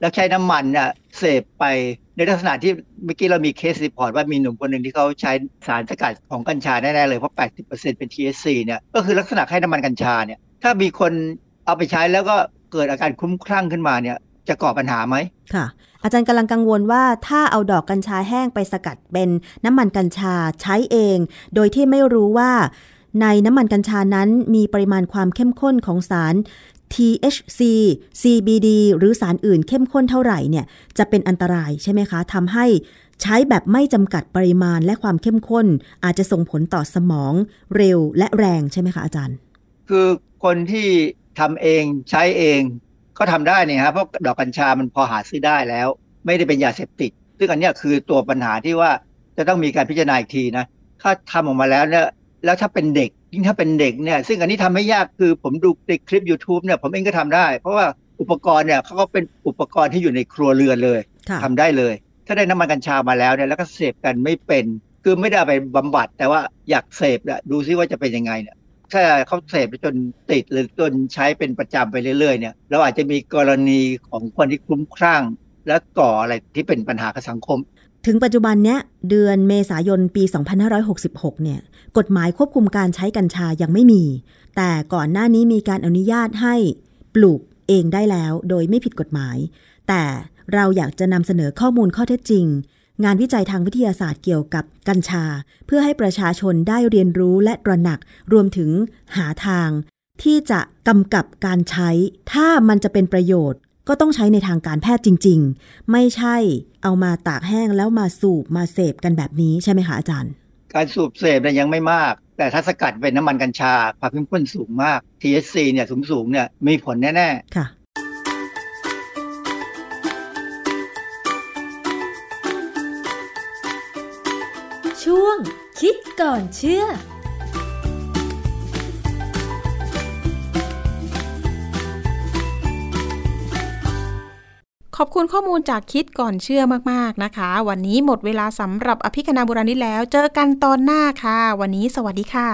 Speaker 6: แล้วใช้น้ำมันเนี่ยเสพไปในลักษณะที่เมื่อกี้เรามีเคสรีพอร์ตว่ามีหนุ่มคนหนึ่งที่เขาใช้สารสกัดของกัญชาแน่ๆเลยเพราะ 80% เป็น THC เนี่ยก็คือลักษณะคล้ายน้ำมันกัญชาเนี่ยถ้ามีคนเอาไปใช้แล้วก็เกิดอาการคลุ้มคลั่งขึ้นมาเนี่ยจะก่อปัญหาไหม
Speaker 5: ค่ะอาจารย์กำลังกังวลว่าถ้าเอาดอกกัญชาแห้งไปสกัดเป็นน้ำมันกัญชาใช้เองโดยที่ไม่รู้ว่าในน้ำมันกัญชานั้นมีปริมาณความเข้มข้นของสาร THC CBD หรือสารอื่นเข้มข้นเท่าไหร่เนี่ยจะเป็นอันตรายใช่ไหมคะทำให้ใช้แบบไม่จำกัดปริมาณและความเข้มข้นอาจจะส่งผลต่อสมองเร็วและแรงใช่ไหมคะอาจารย์
Speaker 6: คือคนที่ทำเองใช้เองก็ทำได้เนี่ยครับเพราะดอกกัญชามันพอหาซื้อได้แล้วไม่ได้เป็นยาเสพติดซึ่งอันนี้คือตัวปัญหาที่ว่าจะต้องมีการพิจารณาอีกทีนะถ้าทำออกมาแล้วเนี่ยแล้วถ้าเป็นเด็กยิ่งถ้าเป็นเด็กเนี่ยซึ่งอันนี้ทำไม่ยากคือผมดูในคลิป YouTube เนี่ยผมเองก็ทำได้เพราะว่าอุปกรณ์เนี่ยเขาก็เป็นอุปกรณ์ที่อยู่ในครัวเรือนเลยทำได้เลยถ้าได้น้ำมันกัญชามาแล้วเนี่ยแล้วก็เสพกันไม่เป็นคือไม่ได้ไปบำบัดแต่ว่าอยากเสพแหละดูซิว่าจะเป็นยังไงเนี่ยถ้าเขาเสพจนติดหรือจนใช้เป็นประจำไปเรื่อยๆเนี่ยเราอาจจะมีกรณีของคนที่คลุ้มคลั่งและก่ออะไรที่เป็นปัญหากับสังคม
Speaker 5: ถึงปัจจุบันเนี้ยเดือนเมษายนปี 2566 เนี่ยกฎหมายควบคุมการใช้กัญชายังไม่มีแต่ก่อนหน้านี้มีการอนุญาตให้ปลูกเองได้แล้วโดยไม่ผิดกฎหมายแต่เราอยากจะนำเสนอข้อมูลข้อเท็จจริงงานวิจัยทางวิทยาศาสตร์เกี่ยวกับกัญชาเพื่อให้ประชาชนได้เรียนรู้และตระหนักรวมถึงหาทางที่จะกำกับการใช้ถ้ามันจะเป็นประโยชน์ก็ต้องใช้ในทางการแพทย์จริงๆไม่ใช่เอามาตากแห้งแล้วมาสูบมาเสพกันแบบนี้ใช่ไหมคะอาจารย์
Speaker 6: การสูบเสพเนี่ยยังไม่มากแต่ถ้าสกัดเป็นน้ำมันกัญชาความเข้มข้นสูงมาก THC เนี่ยสูงเนี่ยมีผลแน่ๆ
Speaker 5: ค่ะ
Speaker 1: ช่วงคิดก่อนเชื่อ
Speaker 2: ขอบคุณข้อมูลจากคิดก่อนเชื่อมากๆนะคะวันนี้หมดเวลาสำหรับอภิคณาบุราริศแล้วเจอกันตอนหน้าค่ะวันนี้สวัสดีค่ะ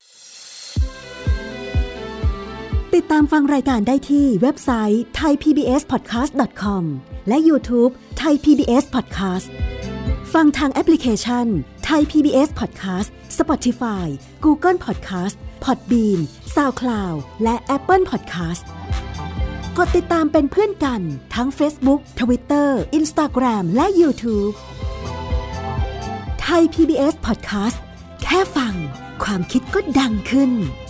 Speaker 5: ติดตามฟังรายการได้ที่เว็บไซต์ thaipbspodcast.com และ YouTube Thai PBS Podcast ฟังทางแอปพลิเคชัน Thai PBS Podcast Spotify Google Podcast Podbean SoundCloud และ Apple Podcastกดติดตามเป็นเพื่อนกันทั้ง Facebook Twitter Instagram และ YouTube Thai PBS Podcast แค่ฟังความคิดก็ดังขึ้น